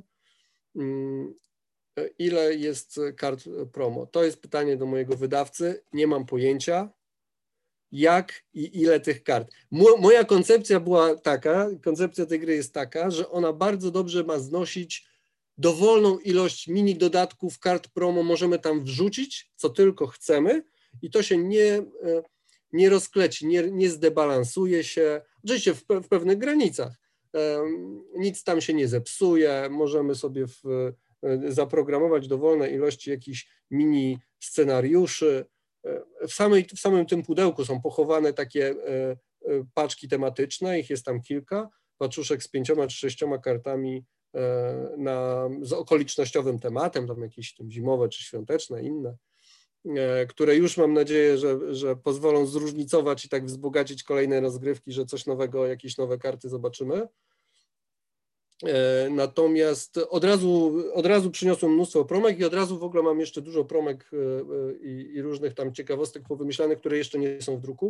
Ile jest kart promo? To jest pytanie do mojego wydawcy. Nie mam pojęcia, jak i ile tych kart. Moja koncepcja była taka, koncepcja tej gry jest taka, że ona bardzo dobrze ma znosić dowolną ilość mini dodatków kart promo, możemy tam wrzucić, co tylko chcemy i to się nie rozkleci, nie zdebalansuje się, oczywiście w pewnych granicach. Nic tam się nie zepsuje, możemy sobie zaprogramować dowolne ilości jakichś mini scenariuszy. W samym tym pudełku są pochowane takie paczki tematyczne, ich jest tam kilka, paczuszek z 5 czy 6 kartami z okolicznościowym tematem, tam jakieś tam zimowe czy świąteczne, inne, które już mam nadzieję, że pozwolą zróżnicować i tak wzbogacić kolejne rozgrywki, że coś nowego, jakieś nowe karty zobaczymy. Natomiast od razu przyniosłem mnóstwo promek i od razu w ogóle mam jeszcze dużo promek i różnych tam ciekawostek powymyślanych, które jeszcze nie są w druku.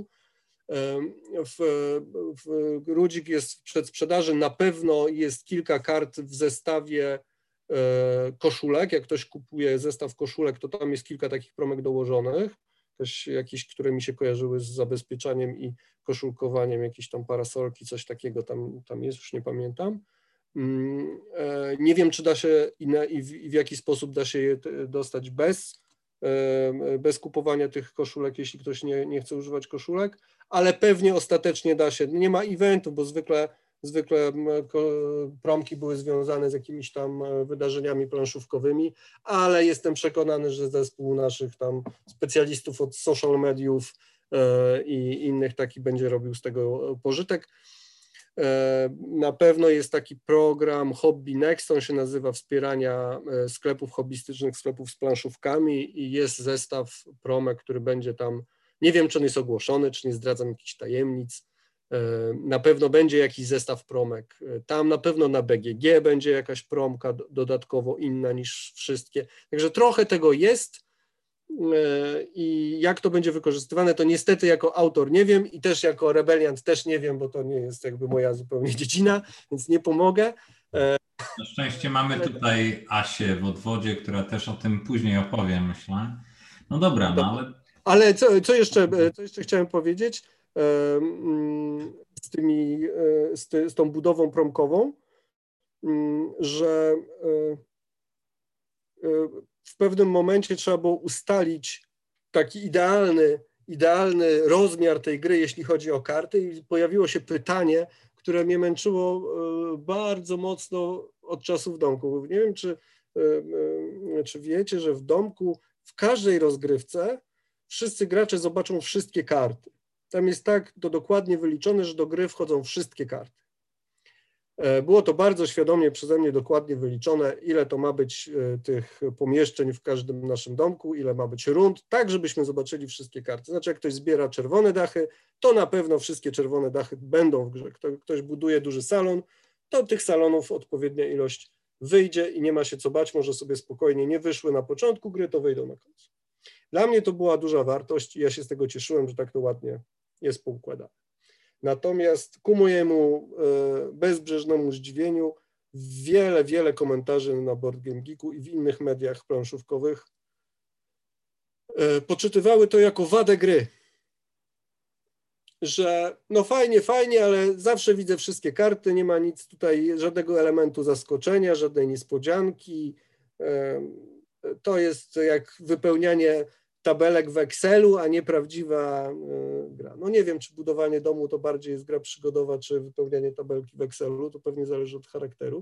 Rudzik jest w przedsprzedaży, na pewno jest kilka kart w zestawie koszulek. Jak ktoś kupuje zestaw koszulek, to tam jest kilka takich promek dołożonych, jakieś, które mi się kojarzyły z zabezpieczaniem i koszulkowaniem, jakieś tam parasolki, coś takiego tam jest, już nie pamiętam. Nie wiem, czy da się i w jaki sposób da się je dostać bez kupowania tych koszulek, jeśli ktoś nie chce używać koszulek, ale pewnie ostatecznie da się. Nie ma eventów, bo zwykle promki były związane z jakimiś tam wydarzeniami planszówkowymi, ale jestem przekonany, że zespół naszych tam specjalistów od social mediów i innych taki będzie robił z tego pożytek. Na pewno jest taki program Hobby Next, on się nazywa Wspierania sklepów hobbystycznych, sklepów z planszówkami i jest zestaw promek, który będzie tam, nie wiem, czy on jest ogłoszony, czy nie zdradzam jakichś tajemnic. Na pewno będzie jakiś zestaw promek. Tam na pewno na BGG będzie jakaś promka dodatkowo inna niż wszystkie. Także trochę tego jest i jak to będzie wykorzystywane, to niestety jako autor nie wiem i też jako rebeliant też nie wiem, bo to nie jest jakby moja zupełnie dziedzina, więc nie pomogę. Na szczęście mamy tutaj Asię w odwodzie, która też o tym później opowie, myślę. No dobra, no ale... Ale co jeszcze chciałem powiedzieć z tą budową promkową, że w pewnym momencie trzeba było ustalić taki idealny rozmiar tej gry, jeśli chodzi o karty i pojawiło się pytanie, które mnie męczyło bardzo mocno od czasu w domku. Nie wiem, czy wiecie, że w domku w każdej rozgrywce wszyscy gracze zobaczą wszystkie karty. Tam jest tak to dokładnie wyliczone, że do gry wchodzą wszystkie karty. Było to bardzo świadomie przeze mnie dokładnie wyliczone, ile to ma być tych pomieszczeń w każdym naszym domku, ile ma być rund, tak żebyśmy zobaczyli wszystkie karty. Znaczy, jak ktoś zbiera czerwone dachy, to na pewno wszystkie czerwone dachy będą w grze. Ktoś buduje duży salon, to tych salonów odpowiednia ilość wyjdzie i nie ma się co bać, może sobie spokojnie nie wyszły na początku gry, to wyjdą na końcu. Dla mnie to była duża wartość i ja się z tego cieszyłem, że tak to ładnie jest poukładane. Natomiast ku mojemu bezbrzeżnemu zdziwieniu wiele komentarzy na Board Game Geeku i w innych mediach planszówkowych poczytywały to jako wadę gry. Że no fajnie, ale zawsze widzę wszystkie karty, nie ma nic tutaj, żadnego elementu zaskoczenia, żadnej niespodzianki. To jest jak wypełnianie tabelek w Excelu, a nie prawdziwa gra. No nie wiem, czy budowanie domu to bardziej jest gra przygodowa, czy wypełnianie tabelki w Excelu, to pewnie zależy od charakteru.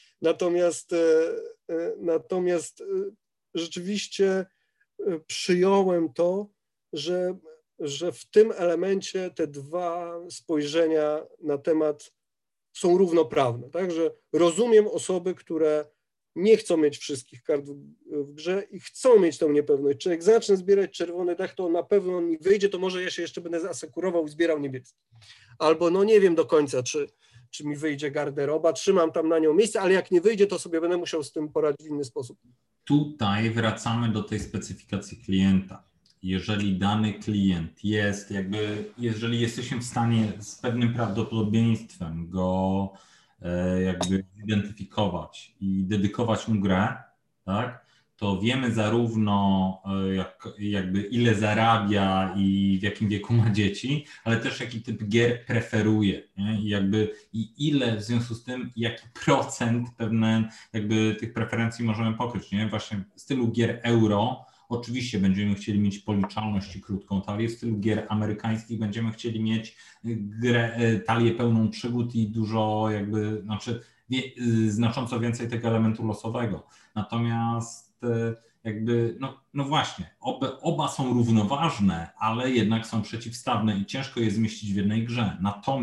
Natomiast rzeczywiście przyjąłem to, że w tym elemencie te dwa spojrzenia na temat są równoprawne. Tak? Że rozumiem osoby, które nie chcą mieć wszystkich kart w grze i chcą mieć tą niepewność. Czy jak zacznę zbierać czerwony dach, to na pewno on mi wyjdzie, to może ja się jeszcze będę asekurował i zbierał niebieski. Albo no nie wiem do końca, czy mi wyjdzie garderoba, trzymam tam na nią miejsce, ale jak nie wyjdzie, to sobie będę musiał z tym poradzić w inny sposób. Tutaj wracamy do tej specyfikacji klienta. Jeżeli dany klient jest jeżeli jesteśmy w stanie z pewnym prawdopodobieństwem go jakby zidentyfikować i dedykować mu grę, tak, to wiemy zarówno jakby ile zarabia i w jakim wieku ma dzieci, ale też jaki typ gier preferuje, nie? I ile w związku z tym, jaki procent pewne jakby tych preferencji możemy pokryć, nie? Właśnie w stylu gier euro oczywiście będziemy chcieli mieć policzalność i krótką talię, w stylu gier amerykańskich będziemy chcieli mieć talię pełną przygód i dużo znacząco więcej tego elementu losowego. Natomiast no właśnie, oba są równoważne, ale jednak są przeciwstawne i ciężko je zmieścić w jednej grze.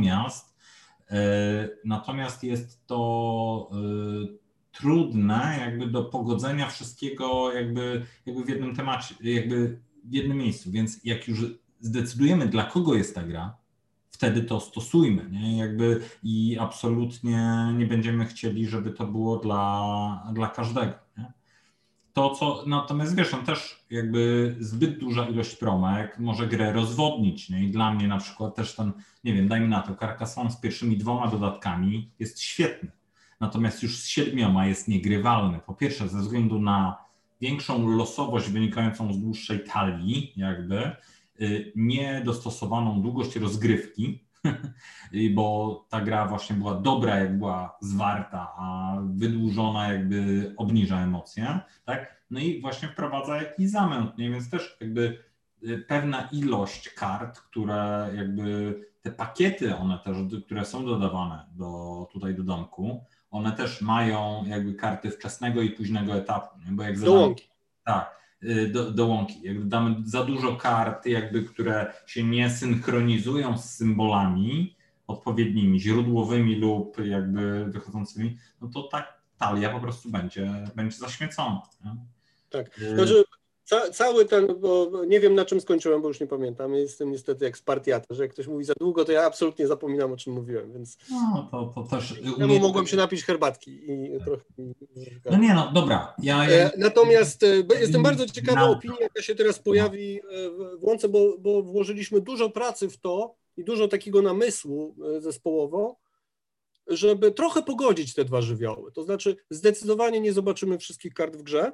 Natomiast jest to trudne jakby do pogodzenia wszystkiego jakby w jednym temacie, jakby w jednym miejscu, więc jak już zdecydujemy, dla kogo jest ta gra, wtedy to stosujmy, nie? I absolutnie nie będziemy chcieli, żeby to było dla każdego, nie? Natomiast wiesz, on też jakby zbyt duża ilość promek może grę rozwodnić, nie? I dla mnie na przykład też ten, nie wiem, dajmy na to, Carcassonne z pierwszymi 2 dodatkami jest świetny. Natomiast już z 7 jest niegrywalny. Po pierwsze ze względu na większą losowość wynikającą z dłuższej talii, jakby niedostosowaną długość rozgrywki, bo ta gra właśnie była dobra, jak była zwarta, a wydłużona jakby obniża emocje, tak? No i właśnie wprowadza jakiś zamęt, nie? Więc też jakby pewna ilość kart, które jakby te pakiety, one też, które są dodawane do domku, one też mają jakby karty wczesnego i późnego etapu, nie? Bo jak Do łąki. Tak, do łąki. Jak damy za dużo kart, jakby, które się nie synchronizują z symbolami odpowiednimi, źródłowymi lub jakby wychodzącymi, no to ta talia po prostu będzie zaśmiecona. Nie? Tak, znaczy cały ten, bo nie wiem na czym skończyłem, bo już nie pamiętam, jestem niestety jak Spartiata, że jak ktoś mówi za długo, to ja absolutnie zapominam, o czym mówiłem, więc No to też... temu mogłem się napić herbatki i trochę... No nie, no dobra. Natomiast jestem bardzo ciekawy opinii, jaka się teraz pojawi w łące, bo włożyliśmy dużo pracy w to i dużo takiego namysłu zespołowo, żeby trochę pogodzić te dwa żywioły. To znaczy zdecydowanie nie zobaczymy wszystkich kart w grze,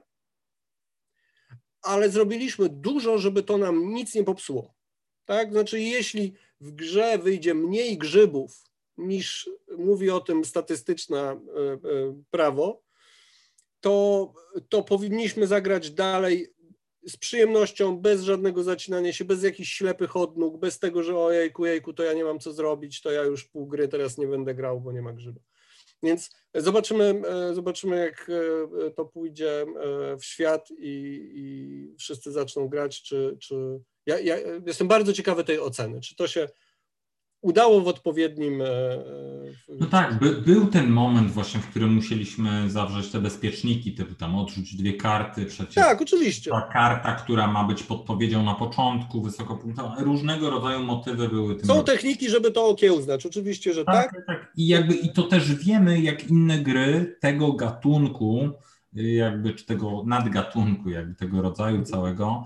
ale zrobiliśmy dużo, żeby to nam nic nie popsuło. Tak? Znaczy, jeśli w grze wyjdzie mniej grzybów, niż mówi o tym statystyczne prawo, to powinniśmy zagrać dalej z przyjemnością, bez żadnego zacinania się, bez jakichś ślepych odnóg, bez tego, że jejku, to ja nie mam co zrobić, to ja już pół gry teraz nie będę grał, bo nie ma grzyba. Więc zobaczymy, jak to pójdzie w świat i wszyscy zaczną grać, ja jestem bardzo ciekawy tej oceny, czy to się udało w odpowiednim... No tak, był ten moment właśnie, w którym musieliśmy zawrzeć te bezpieczniki, typu tam odrzuć 2 karty, przecież tak, oczywiście. Ta karta, która ma być podpowiedzią na początku, wysokopunktowa, różnego rodzaju motywy były tym. Są techniki, żeby to okiełznać, oczywiście, że tak. I to też wiemy, jak inne gry tego gatunku, jakby, czy tego nadgatunku, jakby tego rodzaju całego,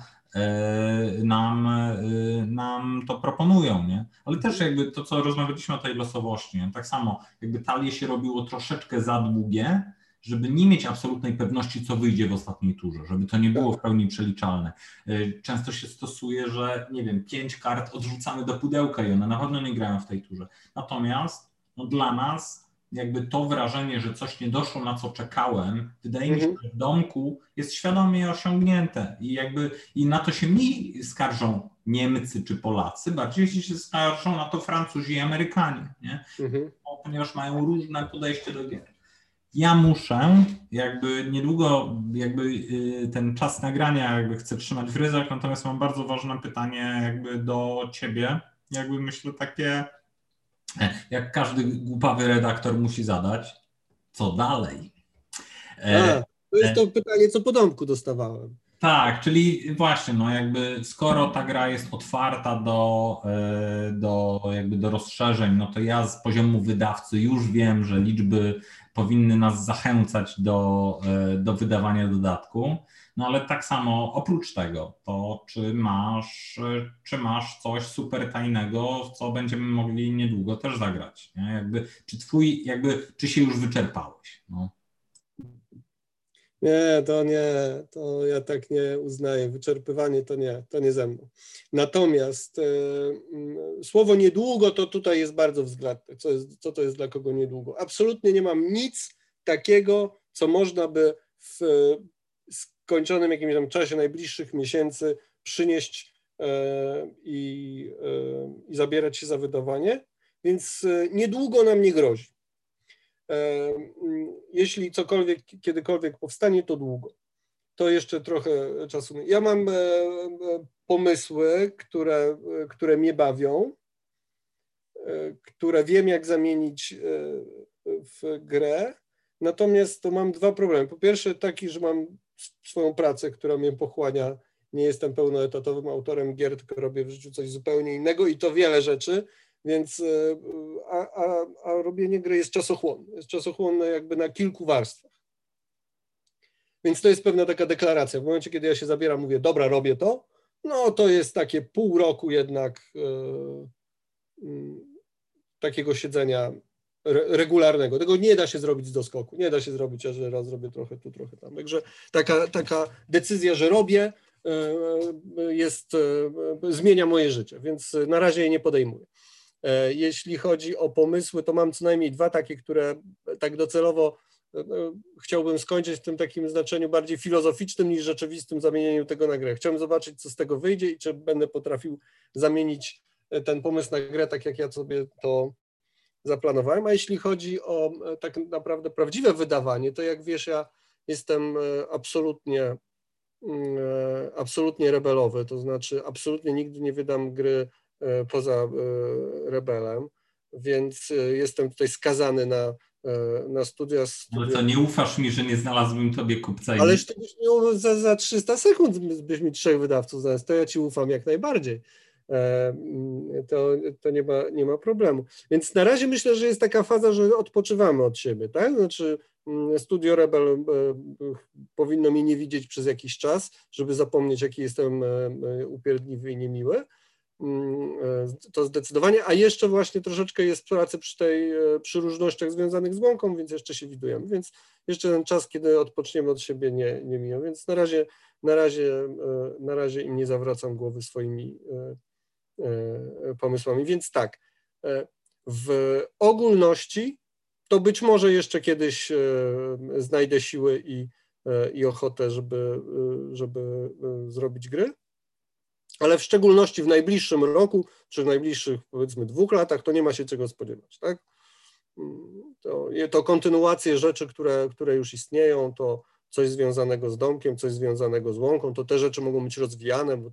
nam to proponują, nie? Ale też jakby to, co rozmawialiśmy o tej losowości, nie? Tak samo jakby talie się robiło troszeczkę za długie, żeby nie mieć absolutnej pewności, co wyjdzie w ostatniej turze, żeby to nie było w pełni przeliczalne. Często się stosuje, że nie wiem, 5 kart odrzucamy do pudełka i one na pewno nie grają w tej turze. Natomiast no, dla nas jakby to wrażenie, że coś nie doszło, na co czekałem, wydaje mi się, że w domku jest świadomie osiągnięte i na to się mniej skarżą Niemcy czy Polacy, bardziej się skarżą na to Francuzi i Amerykanie, nie? Ponieważ mają różne podejście do gier. Ja muszę, jakby niedługo ten czas nagrania chcę trzymać w ryzach, natomiast mam bardzo ważne pytanie jakby do ciebie, jakby myślę takie, jak każdy głupawy redaktor musi zadać, co dalej? To jest to pytanie, co po domku dostawałem. Tak, czyli właśnie, no jakby skoro ta gra jest otwarta do rozszerzeń, no to ja z poziomu wydawcy już wiem, że liczby powinny nas zachęcać do wydawania dodatku, no ale tak samo oprócz tego, to czy masz coś super tajnego, w co będziemy mogli niedługo też zagrać, nie? Czy się już wyczerpałeś? No. Nie, to ja tak nie uznaję. Wyczerpywanie to nie ze mną. Natomiast słowo niedługo to tutaj jest bardzo względne. Co to jest dla kogo niedługo? Absolutnie nie mam nic takiego, co można by w skończonym jakimś tam czasie najbliższych miesięcy przynieść i zabierać się za wydawanie, więc niedługo nam nie grozi. Jeśli cokolwiek, kiedykolwiek powstanie, to długo. To jeszcze trochę czasu. Ja mam pomysły, które mnie bawią, które wiem, jak zamienić w grę, natomiast to mam 2 problemy. Po pierwsze taki, że mam swoją pracę, która mnie pochłania. Nie jestem pełnoetatowym autorem gier, tylko robię w życiu coś zupełnie innego i to wiele rzeczy. Więc, a robienie gry jest czasochłonne. Jest czasochłonne jakby na kilku warstwach. Więc to jest pewna taka deklaracja. W momencie, kiedy ja się zabieram, mówię, dobra, robię to, no to jest takie pół roku jednak takiego siedzenia regularnego. Tego nie da się zrobić z doskoku. Nie da się zrobić, że raz zrobię trochę tu, trochę tam. Także taka decyzja, że robię, zmienia moje życie, więc na razie jej nie podejmuję. Jeśli chodzi o pomysły, to mam co najmniej 2 takie, które tak docelowo chciałbym skończyć w tym takim znaczeniu bardziej filozoficznym niż rzeczywistym zamienieniu tego na grę. Chciałbym zobaczyć, co z tego wyjdzie i czy będę potrafił zamienić ten pomysł na grę tak, jak ja sobie to zaplanowałem. A jeśli chodzi o tak naprawdę prawdziwe wydawanie, to jak wiesz, ja jestem absolutnie rebelowy, to znaczy absolutnie nigdy nie wydam gry poza Rebelem, więc jestem tutaj skazany na studia. Ale co, nie ufasz mi, że nie znalazłbym tobie kupca? Ależ to byś nie za 300 sekund byś mi 3 wydawców znalazł, to ja ci ufam jak najbardziej. To nie ma problemu. Więc na razie myślę, że jest taka faza, że odpoczywamy od siebie, tak? Znaczy Studio Rebel powinno mnie nie widzieć przez jakiś czas, żeby zapomnieć, jaki jestem upierdliwy i niemiły. To zdecydowanie, a jeszcze właśnie troszeczkę jest pracy przy różnościach związanych z łąką, więc jeszcze się widujemy, więc jeszcze ten czas, kiedy odpoczniemy od siebie nie mija, więc na razie im nie zawracam głowy swoimi pomysłami, więc tak, w ogólności to być może jeszcze kiedyś znajdę siły i ochotę, żeby zrobić gry, ale w szczególności w najbliższym roku, czy w najbliższych powiedzmy 2 latach, to nie ma się czego spodziewać, tak? To kontynuacje rzeczy, które już istnieją, to coś związanego z domkiem, coś związanego z łąką, to te rzeczy mogą być rozwijane, bo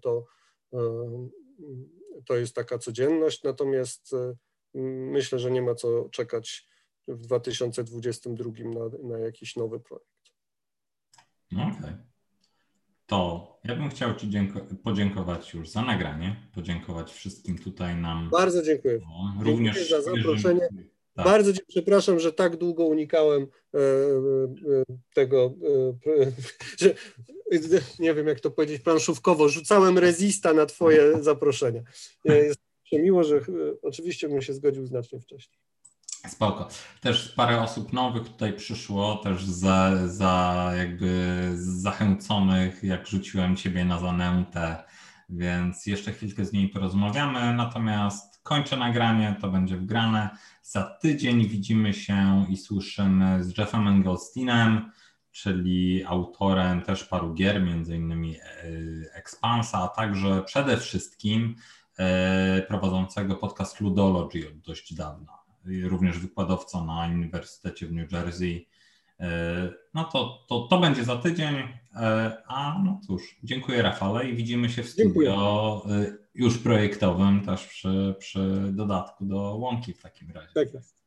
to jest taka codzienność, natomiast myślę, że nie ma co czekać w 2022 na jakiś nowy projekt. Okej. To ja bym chciał Ci podziękować już za nagranie, podziękować wszystkim tutaj nam. Bardzo dziękuję. Również dziękuję za zaproszenie. Tak. Bardzo Cię przepraszam, że tak długo unikałem tego, że nie wiem jak to powiedzieć planszówkowo, rzucałem rezista na Twoje zaproszenia. Jest miło, że oczywiście bym się zgodził znacznie wcześniej. Spoko. Też parę osób nowych tutaj przyszło, też jakby zachęconych, jak rzuciłem Ciebie na zanętę, więc jeszcze chwilkę z nimi porozmawiamy, natomiast kończę nagranie, to będzie wgrane. Za tydzień widzimy się i słyszymy z Jeffem Engelsteinem, czyli autorem też paru gier, między innymi Expansa, a także przede wszystkim prowadzącego podcast Ludology od dość dawna. Również wykładowcą na Uniwersytecie w New Jersey. No to będzie za tydzień, a no cóż, dziękuję Rafale i widzimy się w studio już projektowym też przy dodatku do Łąki w takim razie. Tak jest.